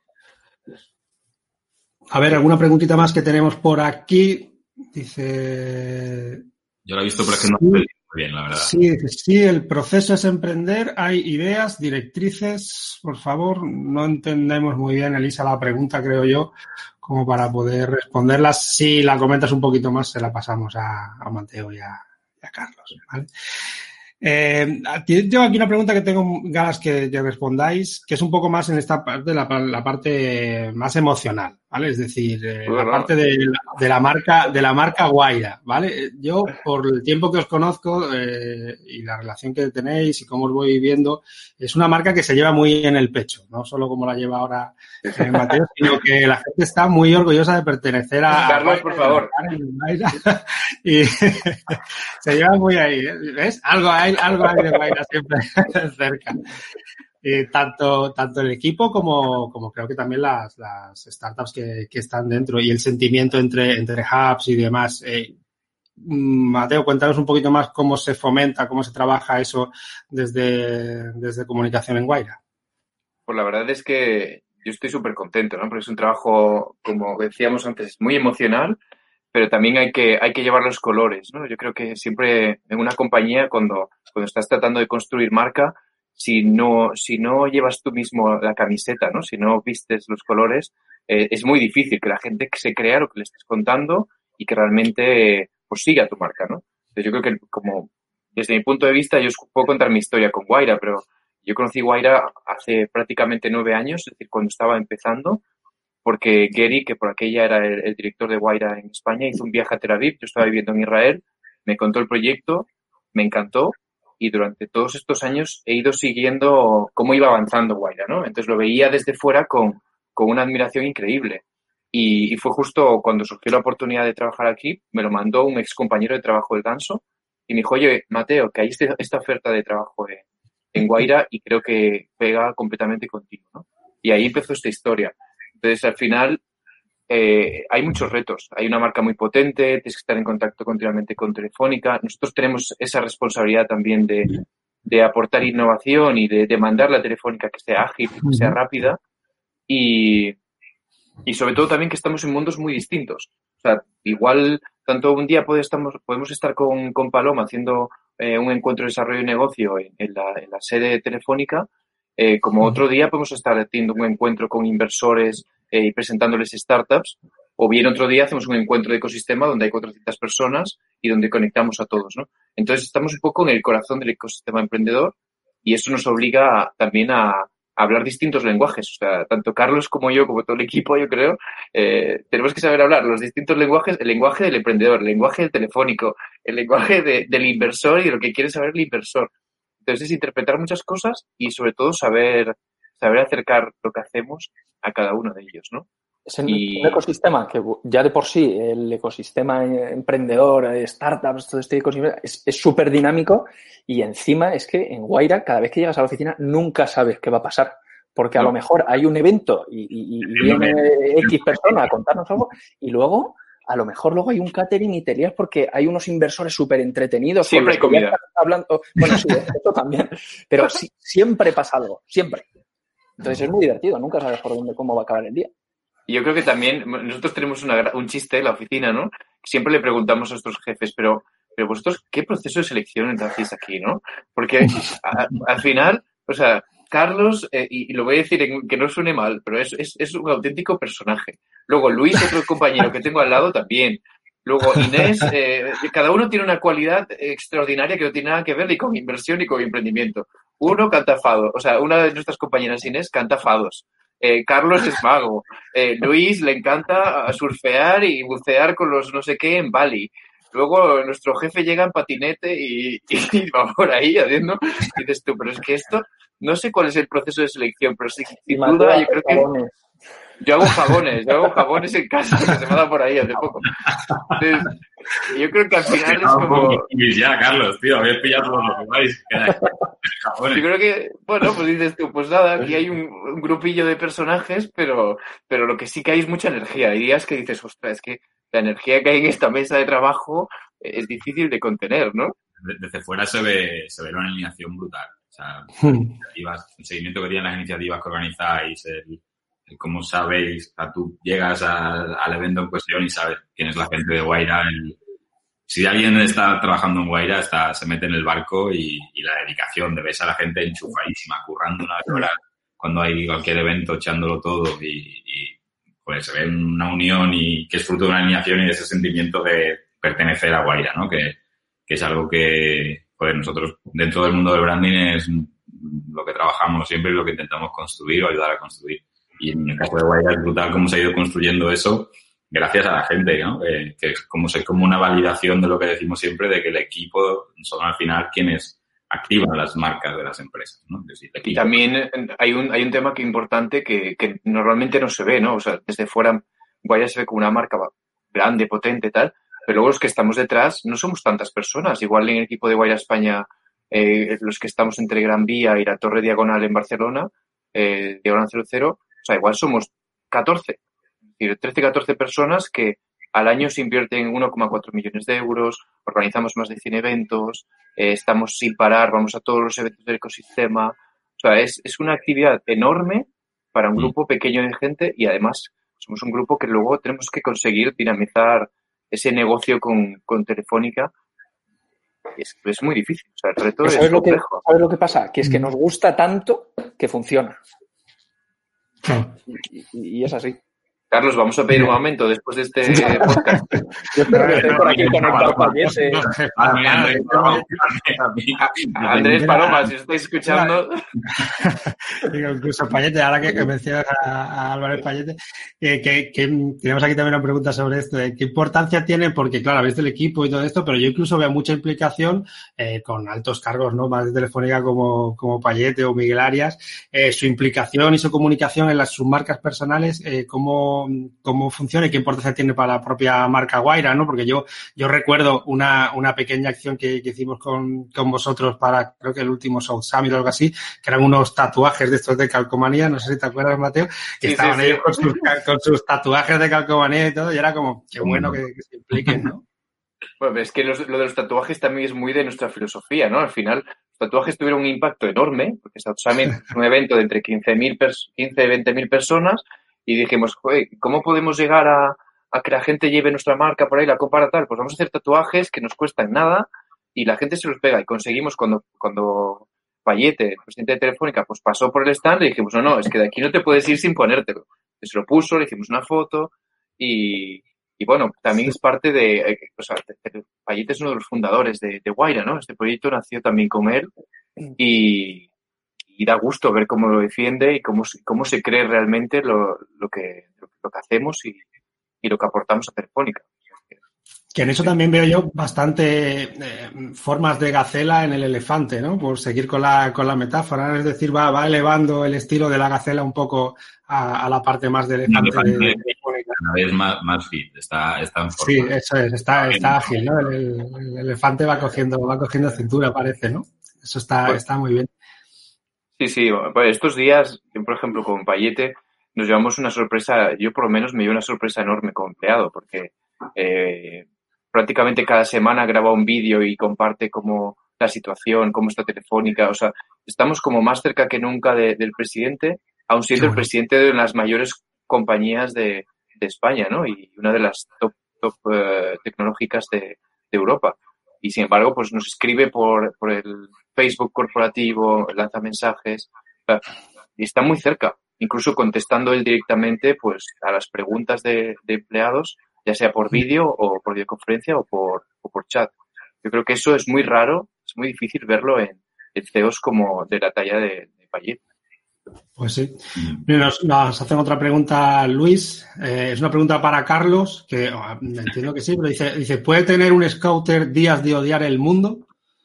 A ver, alguna preguntita más que tenemos por aquí. Dice... Yo lo he visto, pero es que no lo he muy bien, la verdad. Sí, el proceso es emprender. Hay ideas, directrices. Por favor, no entendemos muy bien, Elisa, la pregunta, creo yo, como para poder responderlas. Si la comentas un poquito más, se la pasamos a Mateo y a Carlos, ¿vale? Tengo aquí una pregunta que tengo ganas que respondáis, que es un poco más en esta parte, la parte más emocional, ¿vale? Es decir, la parte de la marca Wayra, ¿vale? Yo, por el tiempo que os conozco y la relación que tenéis y cómo os voy viendo, es una marca que se lleva muy en el pecho, no solo como la lleva ahora Mateo, sino que la gente está muy orgullosa de pertenecer a Carlos, Wayra, por favor. Y se lleva muy ahí, ¿ves? Algo hay de Wayra siempre cerca. Tanto el equipo como creo que también las startups que están dentro y el sentimiento entre hubs y demás. Mateo, cuéntanos un poquito más cómo se fomenta, cómo se trabaja eso desde comunicación en Wayra. Pues la verdad es que yo estoy súper contento, ¿no? Porque es un trabajo, como decíamos antes, muy emocional, pero también hay que llevar los colores, ¿no? Yo creo que siempre en una compañía, cuando estás tratando de construir marca, si no llevas tú mismo la camiseta, ¿no? Si no vistes los colores, es muy difícil que la gente se crea lo que le estés contando y que realmente pues siga tu marca, ¿no? Entonces yo creo que como desde mi punto de vista, yo os puedo contar mi historia con Wayra, pero yo conocí Wayra hace prácticamente 9 años, es decir, cuando estaba empezando, porque Gary, que por aquella era el director de Wayra en España, hizo un viaje a Tel Aviv, yo estaba viviendo en Israel, me contó el proyecto, me encantó y durante todos estos años he ido siguiendo cómo iba avanzando Wayra, ¿no? Entonces lo veía desde fuera con una admiración increíble. Y fue justo cuando surgió la oportunidad de trabajar aquí, me lo mandó un ex compañero de trabajo del Ganso y me dijo, oye, Mateo, que hay esta oferta de trabajo en Wayra y creo que pega completamente contigo, ¿no? Y ahí empezó esta historia. Entonces, al final, hay muchos retos. Hay una marca muy potente, tienes que estar en contacto continuamente con Telefónica. Nosotros tenemos esa responsabilidad también de aportar innovación y de demandar la Telefónica que sea ágil, que sea rápida y sobre todo también que estamos en mundos muy distintos. O sea, igual, tanto un día podemos estar con Paloma haciendo un encuentro de desarrollo de negocio en la sede Telefónica, como otro día podemos estar haciendo un encuentro con inversores y presentándoles startups, o bien otro día hacemos un encuentro de ecosistema donde hay 400 personas y donde conectamos a todos, ¿no? Entonces estamos un poco en el corazón del ecosistema emprendedor y eso nos obliga también a hablar distintos lenguajes. O sea, tanto Carlos como yo, como todo el equipo, yo creo, tenemos que saber hablar los distintos lenguajes, el lenguaje del emprendedor, el lenguaje del telefónico, el lenguaje del inversor y de lo que quiere saber el inversor. Entonces es interpretar muchas cosas y sobre todo saber acercar lo que hacemos a cada uno de ellos, ¿no? Es un ecosistema que ya de por sí, el ecosistema emprendedor, startups, todo este ecosistema es súper dinámico y encima es que en Wayra, cada vez que llegas a la oficina, nunca sabes qué va a pasar. Porque a lo mejor hay un evento y viene X persona a contarnos algo y luego, a lo mejor luego hay un catering y te lías porque hay unos inversores súper entretenidos. Siempre hay comida. Hablando. Bueno, sí, eso también. Pero sí, siempre pasa algo, siempre. Entonces es muy divertido, nunca sabes cómo va a acabar el día. Y yo creo que también nosotros tenemos un chiste en la oficina, ¿no? Siempre le preguntamos a nuestros jefes, pero vosotros, ¿qué proceso de selección hacéis aquí, no? Porque al final, o sea, Carlos, y lo voy a decir que no suene mal, pero es un auténtico personaje. Luego Luis, otro compañero que tengo al lado, también. Luego Inés, cada uno tiene una cualidad extraordinaria que no tiene nada que ver ni con inversión ni con emprendimiento. Uno canta fado, o sea, una de nuestras compañeras, Inés, canta fados. Carlos es mago. Luis le encanta surfear y bucear con los no sé qué en Bali. Luego nuestro jefe llega en patinete y va por ahí haciendo. Y dices tú, pero es que esto, no sé cuál es el proceso de selección, pero sin duda yo creo que... Yo hago jabones en casa, que se me ha dado por ahí hace poco. Entonces, yo creo que al final es como... Ya, Carlos, tío, habéis pillado todo lo que vais. Yo creo que, bueno, pues dices tú, pues nada, aquí hay un grupillo de personajes, pero lo que sí que hay es mucha energía. Hay días que dices, ostras, es que la energía que hay en esta mesa de trabajo es difícil de contener, ¿no? Desde fuera se ve una alineación brutal. O sea, el seguimiento que tienen las iniciativas que organizáis, cómo sabéis, o sea, tú llegas al evento en cuestión y sabes quién es la gente de Wayra. Si alguien está trabajando en Wayra, se mete en el barco y la dedicación de ver a la gente enchufadísima, currando una hora cuando hay cualquier evento, echándolo todo y pues se ve una unión y que es fruto de una alineación y de ese sentimiento de pertenecer a Wayra, ¿no? Que es algo que pues nosotros dentro del mundo del branding es lo que trabajamos siempre y lo que intentamos construir o ayudar a construir. Y en el caso de Wayra es brutal cómo se ha ido construyendo eso gracias a la gente, ¿no? Que es como una validación de lo que decimos siempre, de que el equipo son al final quienes activan las marcas de las empresas, ¿no? Es decir, y también hay un tema que importante que normalmente no se ve, ¿no? O sea, desde fuera Wayra se ve como una marca grande, potente, tal, pero luego los que estamos detrás no somos tantas personas. Igual en el equipo de Wayra España, los que estamos entre Gran Vía y la Torre Diagonal en Barcelona, Diagonal 00, o sea, igual somos 14, es decir, 13, 14 personas que al año se invierten 1,4 millones de euros, organizamos más de 100 eventos, estamos sin parar, vamos a todos los eventos del ecosistema. O sea, es una actividad enorme para un grupo pequeño de gente y además somos un grupo que luego tenemos que conseguir dinamizar ese negocio con Telefónica. Es muy difícil. O sea, el reto es complejo. ¿Sabes lo que pasa? Que es que nos gusta tanto que funciona. Y es así. Carlos, vamos a pedir un aumento después de este podcast. Yo espero que esté por aquí conectado Payete. Andrés, Paloma, si os estáis escuchando. Incluso Payete, ahora que mencionas a Álvarez Payete, que tenemos aquí también una pregunta sobre esto, de qué importancia tiene, porque claro, habéis del equipo y todo esto, pero yo incluso veo mucha implicación con altos cargos, ¿no? Más de Telefónica como Payete o Miguel Arias, su implicación y su comunicación en sus marcas personales, cómo funciona y qué importancia tiene para la propia marca Wayra, ¿no? Porque yo recuerdo una pequeña acción que hicimos con vosotros para, creo que el último South Summit o algo así, que eran unos tatuajes de estos de calcomanía, no sé si te acuerdas, Mateo, que estaban ellos con sus tatuajes de calcomanía y todo, y era como, qué bueno que se impliquen, ¿no? Bueno, es que lo de los tatuajes también es muy de nuestra filosofía, ¿no? Al final, los tatuajes tuvieron un impacto enorme, porque South Summit es un evento de entre 15 y 20.000 personas, y dijimos, joder, ¿cómo podemos llegar a que la gente lleve nuestra marca por ahí, la compara tal? Pues vamos a hacer tatuajes que nos cuestan nada y la gente se los pega. Y conseguimos cuando Payete, el presidente de Telefónica, pues pasó por el stand, le dijimos, no, es que de aquí no te puedes ir sin ponértelo. Se lo puso, le hicimos una foto y bueno, también es parte de, o sea, Payete es uno de los fundadores de Wayra, ¿no? Este proyecto nació también con él y da gusto ver cómo lo defiende y cómo se cree realmente lo que hacemos y lo que aportamos a Telefónica. Que en eso también veo yo bastante formas de gacela en el elefante, ¿no? Por seguir con la metáfora, es decir, va elevando el estilo de la gacela un poco a la parte más de elefante. De Telefónica. Cada vez más fit, está en forma. Sí, eso es, está ágil, ¿no? El elefante va cogiendo cintura, parece, ¿no? Eso está muy bien. Sí, pues estos días, por ejemplo, con Payete, nos llevamos una sorpresa, yo por lo menos me llevo una sorpresa enorme como empleado, porque prácticamente cada semana graba un vídeo y comparte cómo la situación, cómo está Telefónica, o sea, estamos como más cerca que nunca del presidente, aun siendo el presidente de las mayores compañías de España, ¿no? Y una de las top tecnológicas de Europa. Y sin embargo, pues nos escribe por el Facebook corporativo, lanza mensajes, y está muy cerca, incluso contestando él directamente pues a las preguntas de empleados, ya sea por vídeo o por videoconferencia o por chat. Yo creo que eso es muy raro, es muy difícil verlo en CEOs como de la talla de Payet. Pues sí. Nos hacen otra pregunta, Luis. Es una pregunta para Carlos, que entiendo que sí, pero dice, ¿puede tener un scouter días de odiar el mundo?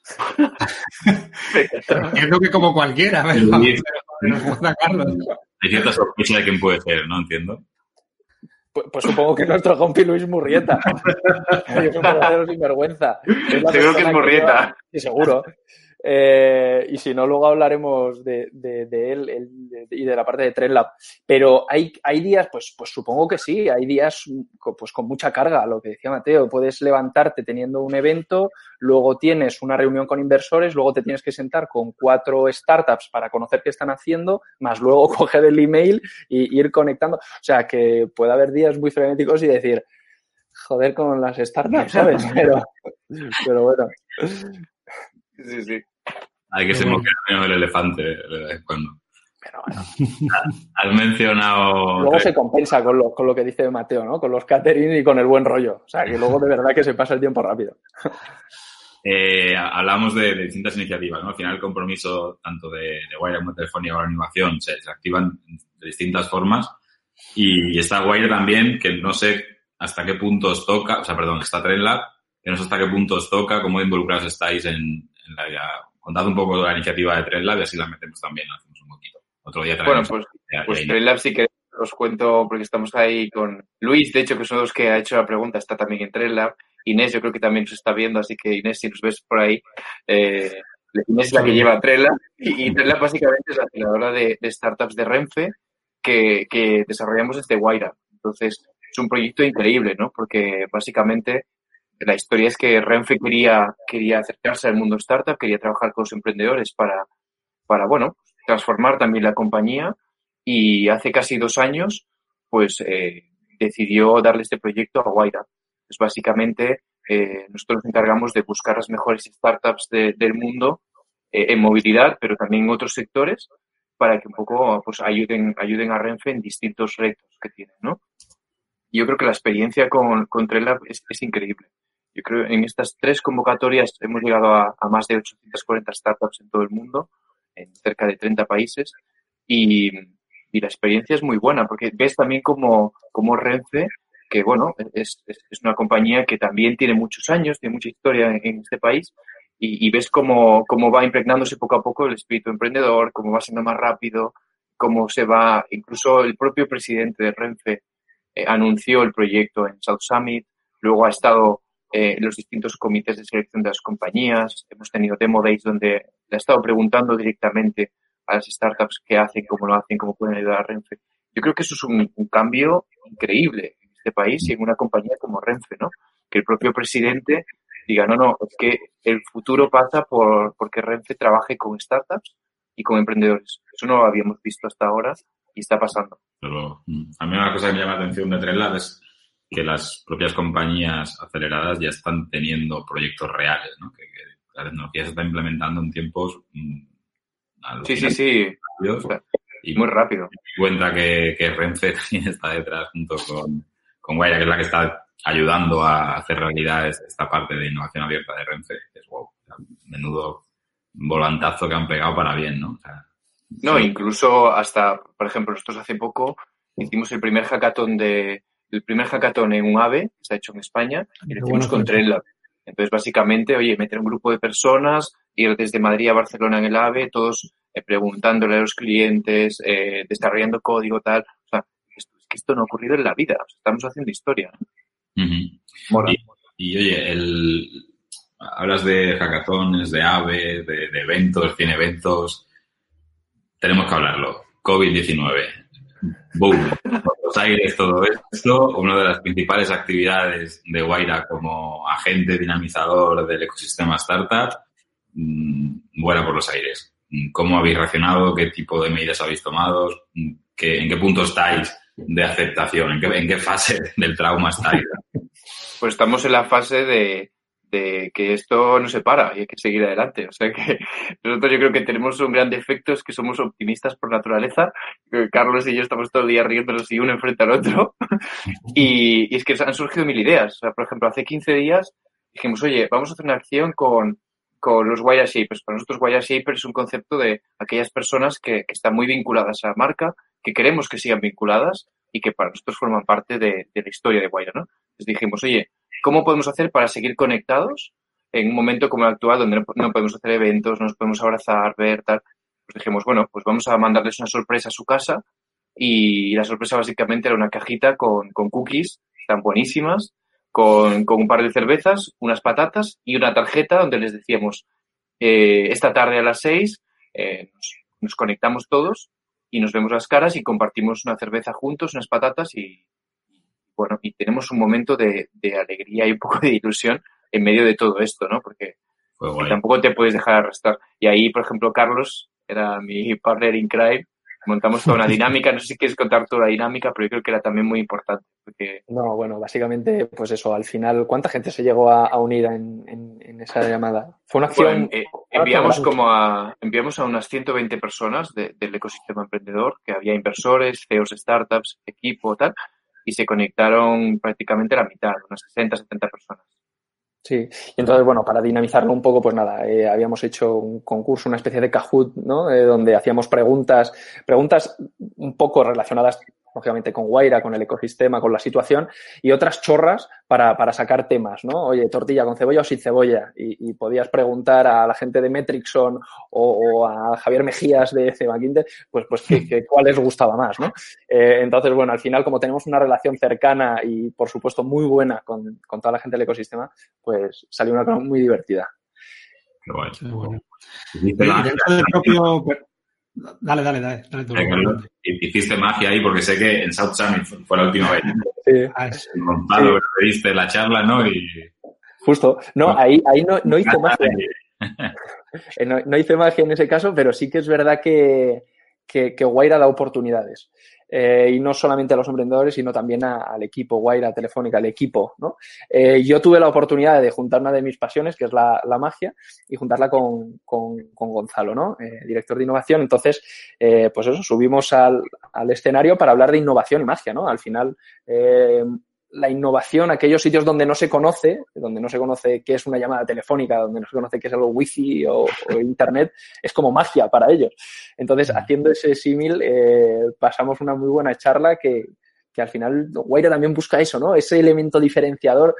Entiendo que como cualquiera, pero Carlos. Hay cierta sospecha de quién puede ser, ¿no? Entiendo. Pues supongo que nuestro compi Luis Murrieta. Es un verdadero sinvergüenza. Seguro que es Murrieta. Sí, seguro. Y si no, luego hablaremos de él y de la parte de TrendLab. Pero hay días, pues supongo que sí, hay días pues con mucha carga, lo que decía Mateo. Puedes levantarte teniendo un evento, luego tienes una reunión con inversores, luego te tienes que sentar con 4 startups para conocer qué están haciendo, más luego coger el email y ir conectando. O sea, que puede haber días muy frenéticos y decir, joder con las startups, ¿sabes? Pero bueno. Sí. Hay que ser bloqueado del elefante de vez en cuando. Pero bueno. Has mencionado... Luego se compensa con lo que dice Mateo, ¿no? Con los catering y con el buen rollo. O sea, que luego de verdad que se pasa el tiempo rápido. hablamos de distintas iniciativas, ¿no? Al final el compromiso tanto de Wire como de Telefónica o la animación se activan de distintas formas y está Wire también, que no sé hasta qué punto os toca, está TrendLab, que no sé hasta qué punto os toca, cómo involucrados estáis en la idea. Contad un poco de la iniciativa de TrendLab y así la metemos también, hacemos un poquito. Otro día traemos. Bueno, pues TrendLab sí que os cuento porque estamos ahí con Luis, de hecho, que es uno de los que ha hecho la pregunta, está también en TrendLab. Inés, yo creo que también nos está viendo, así que Inés, si nos ves por ahí, Inés es la que lleva TrendLab y TrendLab básicamente es la aceleradora de startups de Renfe que desarrollamos desde Wayra. Entonces, es un proyecto increíble, ¿no? Porque básicamente la historia es que Renfe quería acercarse al mundo startup, quería trabajar con los emprendedores para bueno, transformar también la compañía y hace casi 2 años, pues decidió darle este proyecto a Wayra. Pues básicamente nosotros nos encargamos de buscar las mejores startups del mundo en movilidad, pero también en otros sectores, para que un poco pues ayuden a Renfe en distintos retos que tienen, ¿no? Y yo creo que la experiencia con TrendLab es increíble. Yo creo que en estas 3 convocatorias hemos llegado a más de 840 startups en todo el mundo, en cerca de 30 países, y la experiencia es muy buena, porque ves también como Renfe, que bueno, es una compañía que también tiene muchos años, tiene mucha historia en este país, y ves cómo va impregnándose poco a poco el espíritu emprendedor, cómo va siendo más rápido, cómo se va, incluso el propio presidente de Renfe anunció el proyecto en South Summit, luego ha estado en los distintos comités de selección de las compañías, hemos tenido demo days donde le ha estado preguntando directamente a las startups qué hacen, cómo lo hacen, cómo pueden ayudar a Renfe. Yo creo que eso es un cambio increíble en este país y en una compañía como Renfe, ¿no? Que el propio presidente diga, no, es que el futuro pasa porque Renfe trabaje con startups y con emprendedores. Eso no lo habíamos visto hasta ahora y está pasando. Pero a mí una cosa que me llama la atención de TrendLab es que las propias compañías aceleradas ya están teniendo proyectos reales, ¿no? Que la tecnología se está implementando en tiempos sí. Y muy rápido. Me cuenta que Renfe también está detrás junto con Wayra, que es la que está ayudando a hacer realidad esta parte de innovación abierta de Renfe. Es wow, menudo volantazo que han pegado para bien, ¿no? O sea, no, incluso hasta, por ejemplo, nosotros hace poco hicimos el primer hackathon en un AVE, que se ha hecho en España, y lo hicimos con TrendLab. Entonces, básicamente, meter un grupo de personas, ir desde Madrid a Barcelona en el AVE, todos preguntándole a los clientes, desarrollando código, tal. O sea, es que esto no ha ocurrido en la vida. O sea, estamos haciendo historia, ¿no? Uh-huh. Mola. Y oye, hablas de hackatones, de AVE, de eventos, 100 eventos. Tenemos que hablarlo. COVID-19. Boom. Los aires, todo esto. Una de las principales actividades de Wayra como agente dinamizador del ecosistema startup, vuela por los aires. ¿Cómo habéis reaccionado? ¿Qué tipo de medidas habéis tomado? ¿En qué punto estáis de aceptación? ¿En qué fase del trauma estáis? Pues estamos en la fase de que esto no se para y hay que seguir adelante. O sea que nosotros yo creo que tenemos un gran defecto, es que somos optimistas por naturaleza. Carlos y yo estamos todo el día riéndonos y uno enfrente al otro. Y es que han surgido 1000 ideas. O sea, por ejemplo, hace 15 días dijimos, oye, vamos a hacer una acción con los Wayra Shapers. Para nosotros Wayra Shapers es un concepto de aquellas personas que están muy vinculadas a la marca, que queremos que sigan vinculadas y que para nosotros forman parte de la historia de Wayra, ¿no? Entonces dijimos, oye, ¿cómo podemos hacer para seguir conectados en un momento como el actual donde no podemos hacer eventos, no nos podemos abrazar, ver, tal? Pues dijimos, bueno, pues vamos a mandarles una sorpresa a su casa y la sorpresa básicamente era una cajita con cookies, están buenísimas, con un par de cervezas, unas patatas y una tarjeta donde les decíamos, esta tarde a las 6 nos conectamos todos y nos vemos las caras y compartimos una cerveza juntos, unas patatas y bueno, y tenemos un momento de alegría y un poco de ilusión en medio de todo esto, ¿no? Porque tampoco te puedes dejar arrastrar. Y ahí, por ejemplo, Carlos era mi partner in crime. Montamos toda una dinámica. No sé si quieres contar toda la dinámica, pero yo creo que era también muy importante. Porque... No, bueno, básicamente, pues eso, al final, ¿cuánta gente se llegó a unir en esa llamada? Fue una acción... Bueno, enviamos a unas 120 personas del ecosistema emprendedor, que había inversores, CEOs de startups, equipo, tal, y se conectaron prácticamente la mitad, unas 60, 70 personas. Sí, y entonces, bueno, para dinamizarlo un poco, pues nada, habíamos hecho un concurso, una especie de Kahoot, ¿no? Donde hacíamos preguntas un poco relacionadas, lógicamente, con Wayra, con el ecosistema, con la situación, y otras chorras para sacar temas, ¿no? Oye, tortilla con cebolla o sin cebolla, y podías preguntar a la gente de Metrixon o a Javier Mejías de Cemaquinte, pues cuál les gustaba más, ¿no? Entonces, bueno, al final, como tenemos una relación cercana y, por supuesto, muy buena con toda la gente del ecosistema, pues salió una cosa muy divertida. Qué guay. Qué bueno. Hiciste Y magia, dentro del propio... Dale tú. hiciste magia ahí porque sé que en South Summit fue la última vez. Sí. Gonzalo, que te diste la charla, ¿no? Y... Justo. No, ahí no hice magia. No hice magia en ese caso, pero sí que es verdad que Wayra da oportunidades. Y no solamente a los emprendedores, sino también al equipo Wayra, Telefónica, al equipo, ¿no? Yo tuve la oportunidad de juntar una de mis pasiones, que es la magia, y juntarla con Gonzalo, ¿no? Director de innovación. Entonces, pues eso, subimos al escenario para hablar de innovación y magia, ¿no? Al final, la innovación, aquellos sitios donde no se conoce qué es una llamada telefónica, donde no se conoce qué es algo wifi o internet, es como magia para ellos. Entonces, haciendo ese símil, pasamos una muy buena charla que al final Wayra también busca eso, ¿no? Ese elemento diferenciador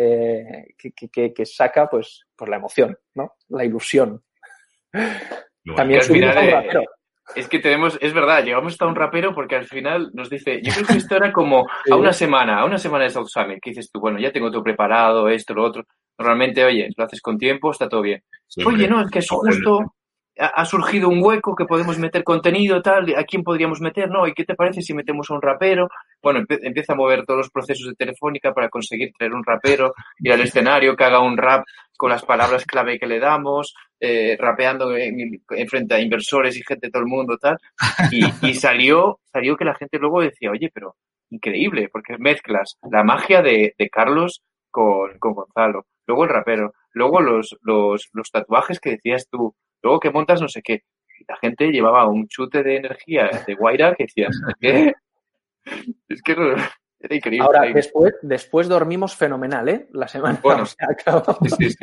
que saca, pues la emoción, ¿no? La ilusión. Bueno, también subimos a un rapero. Es que es verdad, llegamos hasta un rapero porque al final nos dice, yo creo que esto era como a una semana de South Summit, que dices tú, bueno, ya tengo todo preparado, esto, lo otro. Normalmente, oye, lo haces con tiempo, está todo bien. Siempre. Oye, no, es que es justo ha surgido un hueco que podemos meter contenido, tal, ¿a quién podríamos meter? No, ¿y qué te parece si metemos a un rapero? Bueno, empieza a mover todos los procesos de Telefónica para conseguir traer un rapero, ir al escenario, que haga un rap con las palabras clave que le damos, rapeando en frente a inversores y gente de todo el mundo, tal. Y salió que la gente luego decía, oye, pero increíble, porque mezclas la magia de Carlos con Gonzalo, luego el rapero, luego los tatuajes que decías tú, luego que montas no sé qué. Y la gente llevaba un chute de energía de Wayra que decías, ¿qué? Es que era increíble. Ahora, después dormimos fenomenal, ¿eh? La semana. Bueno, o sea, acabamos, sí.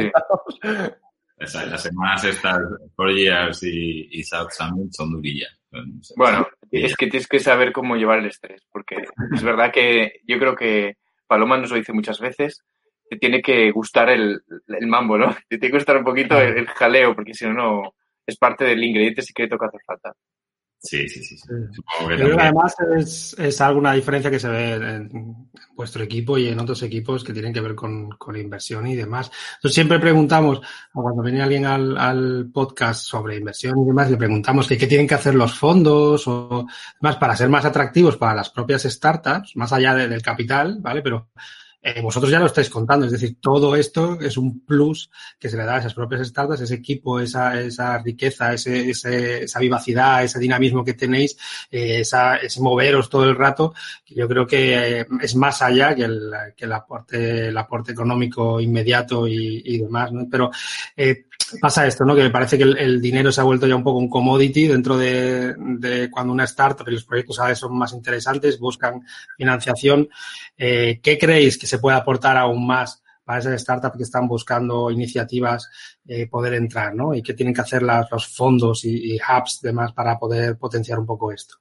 Las semanas estas, 4Years y South Summit son durillas. Bueno, es que tienes que saber cómo llevar el estrés, porque es verdad que yo creo que Paloma nos lo dice muchas veces, te tiene que gustar el mambo, ¿no? Te tiene que gustar un poquito el jaleo, porque si no, es parte del ingrediente secreto que hace falta. Sí. Yo creo que además es alguna diferencia que se ve en vuestro equipo y en otros equipos que tienen que ver con inversión y demás. Entonces siempre preguntamos, cuando viene alguien al podcast sobre inversión y demás, le preguntamos qué tienen que hacer los fondos o demás para ser más atractivos para las propias startups, más allá del capital, ¿vale? Pero vosotros ya lo estáis contando, es decir, todo esto es un plus que se le da a esas propias startups, ese equipo, esa riqueza, esa vivacidad, ese dinamismo que tenéis, ese moveros todo el rato, que yo creo que es más allá que el aporte económico inmediato y demás, ¿no? Pero pasa esto, ¿no? Que me parece que el dinero se ha vuelto ya un poco un commodity dentro de cuando una startup y los proyectos a veces son más interesantes, buscan financiación. ¿Qué creéis que se puede aportar aún más para esas startups que están buscando iniciativas poder entrar, ¿no? Y qué tienen que hacer los fondos y hubs demás para poder potenciar un poco esto?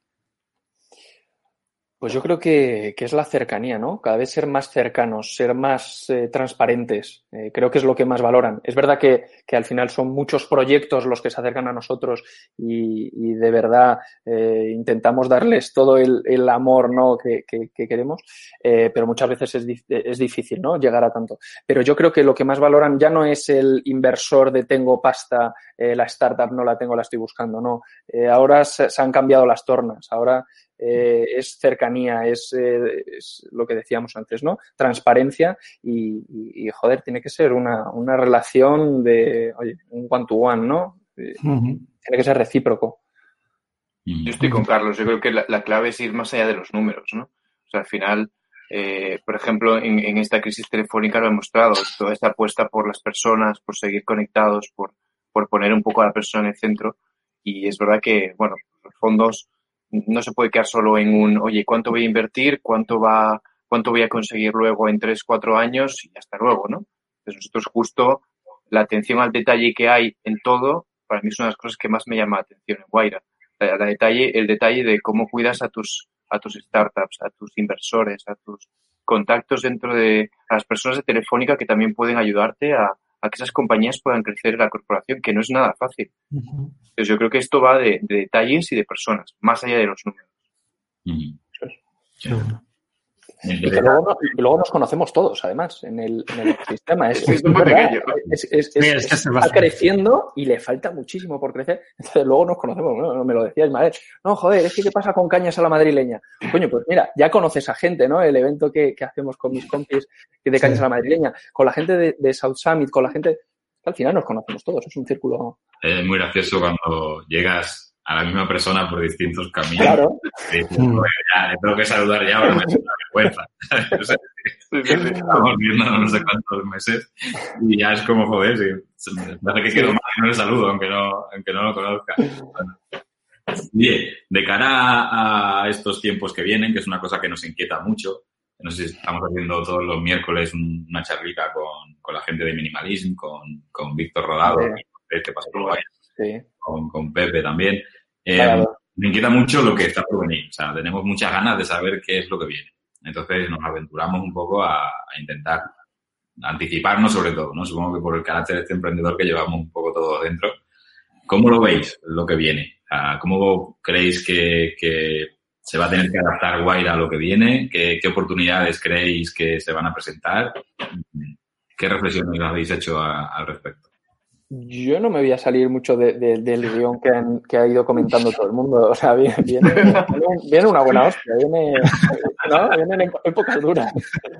Pues yo creo que es la cercanía, ¿no? Cada vez ser más cercanos, ser más transparentes. Creo que es lo que más valoran. Es verdad que al final son muchos proyectos los que se acercan a nosotros y de verdad intentamos darles todo el amor, ¿no? que queremos, pero muchas veces es difícil, ¿no? Llegar a tanto. Pero yo creo que lo que más valoran ya no es el inversor de tengo pasta, la startup no la tengo, la estoy buscando, no. Ahora se han cambiado las tornas. Ahora es cercanía, es lo que decíamos antes, ¿no? Transparencia y joder, tiene que ser una relación de, oye, un one-to-one, ¿no? Tiene que ser recíproco. Yo estoy con Carlos, yo creo que la clave es ir más allá de los números, ¿no? O sea, al final, por ejemplo, en esta crisis telefónica lo he mostrado, toda esta apuesta por las personas, por seguir conectados, por poner un poco a la persona en el centro, y es verdad que, bueno, los fondos no se puede quedar solo en oye, ¿cuánto voy a invertir? ¿Cuánto voy a conseguir luego en 3-4 años? Y hasta luego, ¿no? Entonces nosotros justo la atención al detalle que hay en todo, para mí es una de las cosas que más me llama la atención en Wayra. El detalle de cómo cuidas a tus startups, a tus inversores, a tus contactos a las personas de Telefónica que también pueden ayudarte a que esas compañías puedan crecer en la corporación, que no es nada fácil. Uh-huh. Entonces yo creo que esto va de detalles y de personas, más allá de los números. Uh-huh. Y que luego nos conocemos todos, además, en el ecosistema. Es muy pequeño. Está creciendo y le falta muchísimo por crecer. Entonces, luego nos conocemos. ¿No? Me lo decía Ismael. No, joder, es que ¿qué pasa con Cañas a la madrileña? Coño, pues mira, ya conoces a gente, ¿no? El evento que hacemos con mis compis de Cañas a la madrileña, con la gente de South Summit, con la gente... Al final nos conocemos todos, es un círculo... Es muy gracioso cuando llegas a la misma persona por distintos caminos. Claro. Y dices, ya, le tengo que saludar ya, pero me da vergüenza. Estamos viendo no sé cuántos meses y ya es como, joder, me hace que quedo mal y no le saludo, aunque no lo conozca. Bueno. Bien, de cara a estos tiempos que vienen, que es una cosa que nos inquieta mucho, no sé si estamos haciendo todos los miércoles una charlita con la gente de Minimalism, con Víctor Rodado, que pasó por Vaya. Sí. Con Pepe también. Claro. Me inquieta mucho lo que está por venir. O sea, tenemos muchas ganas de saber qué es lo que viene. Entonces nos aventuramos un poco a intentar anticiparnos sobre todo, ¿no? Supongo que por el carácter de este emprendedor que llevamos un poco todo dentro. ¿Cómo lo veis lo que viene? ¿Cómo creéis que se va a tener que adaptar Wayra a lo que viene? ¿Qué oportunidades creéis que se van a presentar? ¿Qué reflexiones habéis hecho al respecto? Yo no me voy a salir mucho del guión que ha ido comentando todo el mundo. O sea, viene una buena hostia, vienen épocas duras.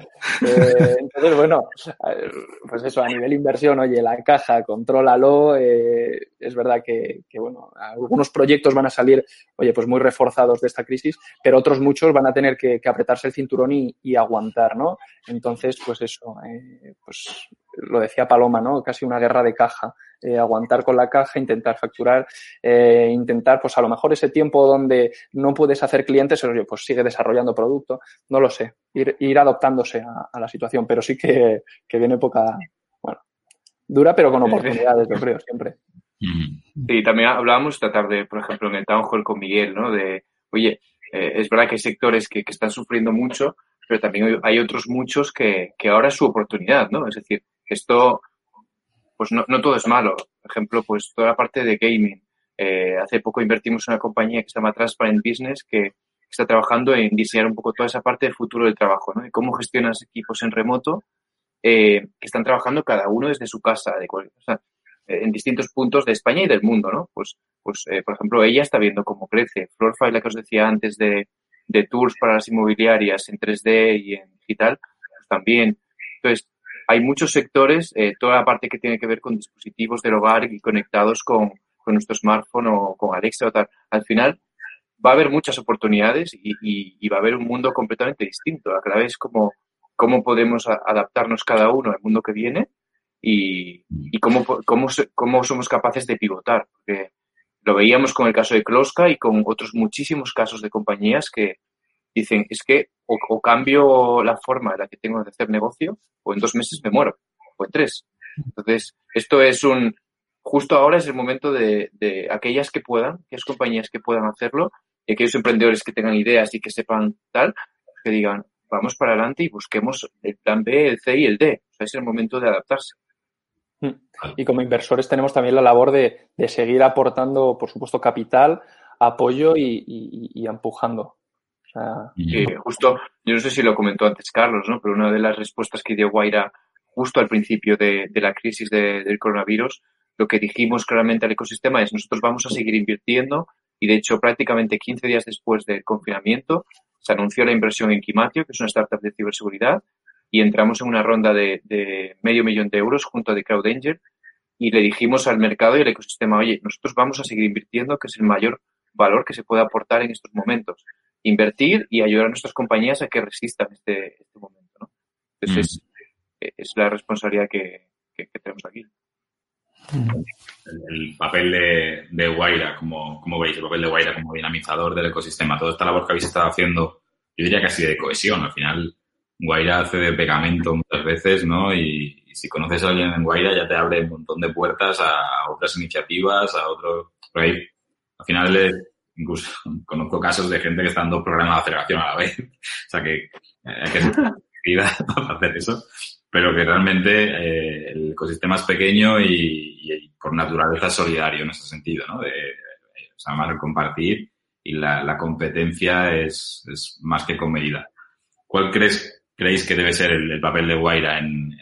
Entonces, bueno, pues eso, a nivel inversión, oye, la caja, contrólalo. Es verdad que, bueno, algunos proyectos van a salir, oye, pues muy reforzados de esta crisis, pero otros muchos van a tener que apretarse el cinturón y aguantar, ¿no? Entonces, pues eso, pues lo decía Paloma, ¿no? Casi una guerra de caja. Aguantar con la caja, intentar facturar, intentar, pues a lo mejor ese tiempo donde no puedes hacer clientes, oye, pues sigue desarrollando producto, no lo sé, ir adaptándose a la situación, pero sí que viene época, bueno, dura, pero con oportunidades, yo creo, siempre. Sí, también hablábamos esta tarde, por ejemplo, en el Town Hall con Miguel, ¿no? De, oye, es verdad que hay sectores que están sufriendo mucho, pero también hay otros muchos que ahora es su oportunidad, ¿no? Es decir, esto... pues no todo es malo. Por ejemplo, pues toda la parte de gaming. Hace poco invertimos en una compañía que se llama Transparent Business que está trabajando en diseñar un poco toda esa parte del futuro del trabajo, ¿no? Y cómo gestionas equipos en remoto que están trabajando cada uno desde su casa, en distintos puntos de España y del mundo, ¿no? Pues por ejemplo, ella está viendo cómo crece. Floorfile, la que os decía antes de tours para las inmobiliarias en 3D y en digital, pues también. Entonces, hay muchos sectores, toda la parte que tiene que ver con dispositivos del hogar y conectados con nuestro smartphone o con Alexa o tal. Al final va a haber muchas oportunidades y va a haber un mundo completamente distinto. A cada vez cómo podemos adaptarnos cada uno al mundo que viene y cómo somos capaces de pivotar. Porque lo veíamos con el caso de Closka y con otros muchísimos casos de compañías que dicen, es que o cambio la forma en la que tengo de hacer negocio o en 2 meses me muero, o en 3. Entonces, esto es justo ahora es el momento de aquellas compañías que puedan hacerlo y aquellos emprendedores que tengan ideas y que sepan tal, que digan, vamos para adelante y busquemos el plan B, el C y el D. O sea, es el momento de adaptarse. Y como inversores tenemos también la labor de seguir aportando, por supuesto, capital, apoyo y empujando. Justo, yo no sé si lo comentó antes Carlos, ¿no? Pero una de las respuestas que dio Wayra justo al principio de la crisis del coronavirus, lo que dijimos claramente al ecosistema es nosotros vamos a seguir invirtiendo y de hecho prácticamente 15 días después del confinamiento se anunció la inversión en Kimatio, que es una startup de ciberseguridad, y entramos en una ronda de $500,000 junto a The Crowd Angel y le dijimos al mercado y al ecosistema, oye, nosotros vamos a seguir invirtiendo, que es el mayor valor que se puede aportar en estos momentos. Invertir y ayudar a nuestras compañías a que resistan este momento, ¿no? Entonces, es la responsabilidad que tenemos aquí. El papel de Wayra, ¿cómo veis? El papel de Wayra como dinamizador del ecosistema. Toda esta labor que habéis estado haciendo, yo diría casi de cohesión. Al final, Wayra hace de pegamento muchas veces, ¿no? Y si conoces a alguien en Guaira ya te abre un montón de puertas a otras iniciativas, a otros... Porque ahí, al final, incluso conozco casos de gente que está en 2 programas de aceleración a la vez. O sea que hay que ser actividad para hacer eso. Pero que realmente el ecosistema es pequeño y por naturaleza es solidario en ese sentido, ¿no? O sea, más el compartir y la competencia es más que comedida. ¿Cuál creéis que debe ser el papel de Guaira en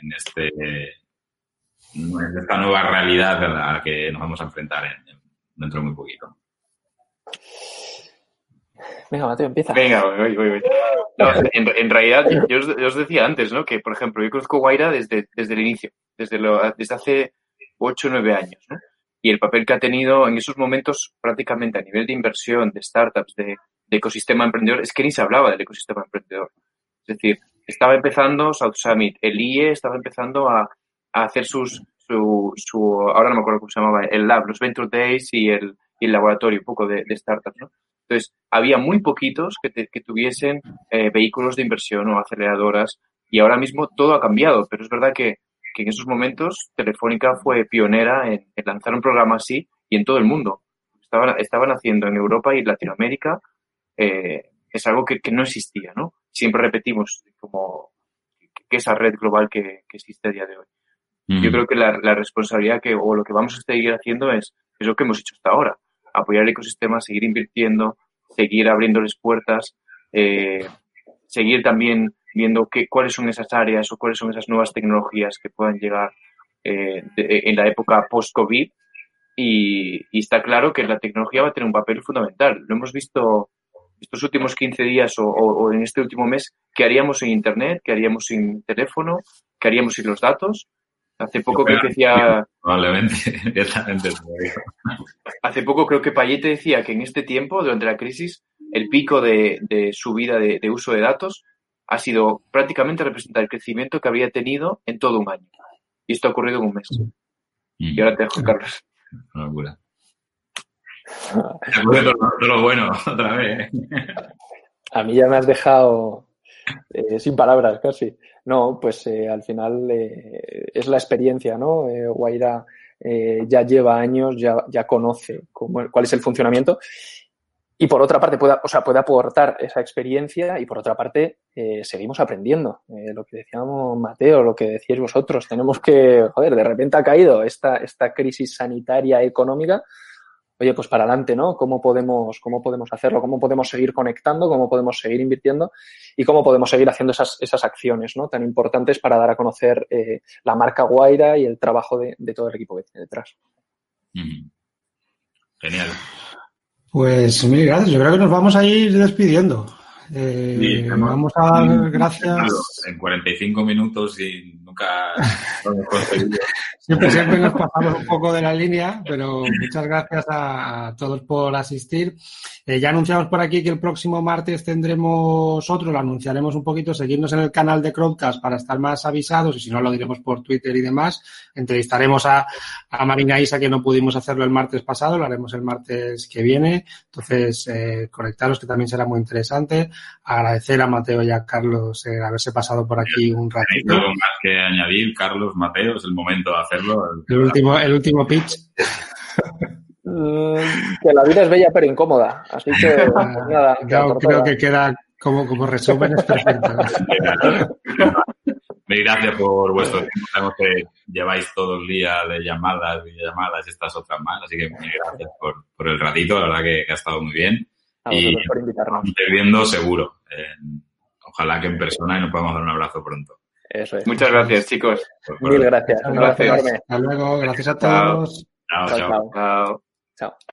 esta nueva realidad a la que nos vamos a enfrentar dentro de muy poquito? Venga, Mateo, empieza. Venga, voy. No, en realidad, yo os decía antes, ¿no? Que, por ejemplo, yo conozco Guaira desde el inicio, desde hace 8 o 9 años, ¿no? Y el papel que ha tenido en esos momentos prácticamente a nivel de inversión, de startups, de ecosistema emprendedor, es que ni se hablaba del ecosistema emprendedor. Es decir, estaba empezando South Summit, el IE estaba empezando a hacer su ahora no me acuerdo cómo se llamaba, el lab, los Venture Days y el laboratorio un poco de startups, ¿no? Entonces, había muy poquitos que tuviesen vehículos de inversión o aceleradoras y ahora mismo todo ha cambiado, pero es verdad que en esos momentos Telefónica fue pionera en lanzar un programa así y en todo el mundo. Estaban haciendo en Europa y Latinoamérica, es algo que no existía, ¿no? Siempre repetimos como que esa red global que existe a día de hoy. Yo creo que la responsabilidad o lo que vamos a seguir haciendo es lo que hemos hecho hasta ahora. Apoyar el ecosistema, seguir invirtiendo, seguir abriéndoles puertas, seguir también viendo cuáles son esas áreas o cuáles son esas nuevas tecnologías que puedan llegar en la época post-COVID. Y está claro que la tecnología va a tener un papel fundamental. Lo hemos visto estos últimos 15 días o en este último mes. ¿Qué haríamos sin Internet? ¿Qué haríamos sin teléfono? ¿Qué haríamos sin los datos? Hace poco creo que decía... Probablemente, directamente. Hace poco creo que Payete decía que en este tiempo, durante la crisis, el pico de subida de uso de datos ha sido prácticamente representar el crecimiento que había tenido en todo un año. Y esto ha ocurrido en un mes. Y ahora te dejo, Carlos. Una locura. Todo lo bueno, otra vez. A mí ya me has dejado sin palabras casi. No, pues al final es la experiencia, ¿no? Guaira ya lleva años, ya conoce cuál es el funcionamiento y por otra parte puede aportar esa experiencia y por otra parte seguimos aprendiendo. Lo que decíamos Mateo, lo que decíais vosotros, tenemos que, de repente ha caído esta crisis sanitaria económica. Oye, pues para adelante, ¿no? ¿Cómo podemos hacerlo? ¿Cómo podemos seguir conectando? ¿Cómo podemos seguir invirtiendo? ¿Y cómo podemos seguir haciendo esas acciones, ¿no? Tan importantes para dar a conocer la marca Guaira y el trabajo de todo el equipo que tiene detrás. Genial. Pues mil gracias. Yo creo que nos vamos a ir despidiendo. Sí, vamos a dar gracias. En 45 minutos y nunca lo hemos conseguido. Siempre nos pasamos un poco de la línea, pero muchas gracias a todos por asistir. Ya anunciamos por aquí que el próximo martes tendremos otro, lo anunciaremos un poquito, seguirnos en el canal de Crowdcast para estar más avisados y si no lo diremos por Twitter y demás. Entrevistaremos a Marina Isa, que no pudimos hacerlo el martes pasado, lo haremos el martes que viene. Entonces, conectaros, que también será muy interesante. Agradecer a Mateo y a Carlos haberse pasado por aquí un ratito. Algo más que añadir, Carlos, Mateo, es el momento de hacerlo. El último pitch. Que la vida es bella pero incómoda, así que nada. Creo que queda como resumen, es perfecto. Mil gracias por vuestro tiempo. Sabemos que lleváis todo el día de llamadas y estas otras más, así que mil gracias por el ratito, la verdad que ha estado muy bien. Y por invitarnos. Nos estamos viendo seguro. Ojalá que en persona y nos podamos dar un abrazo pronto. Eso es. Muchas gracias, chicos. Mil gracias. Un abrazo enorme. Hasta luego. Gracias a todos. Chao. Chao.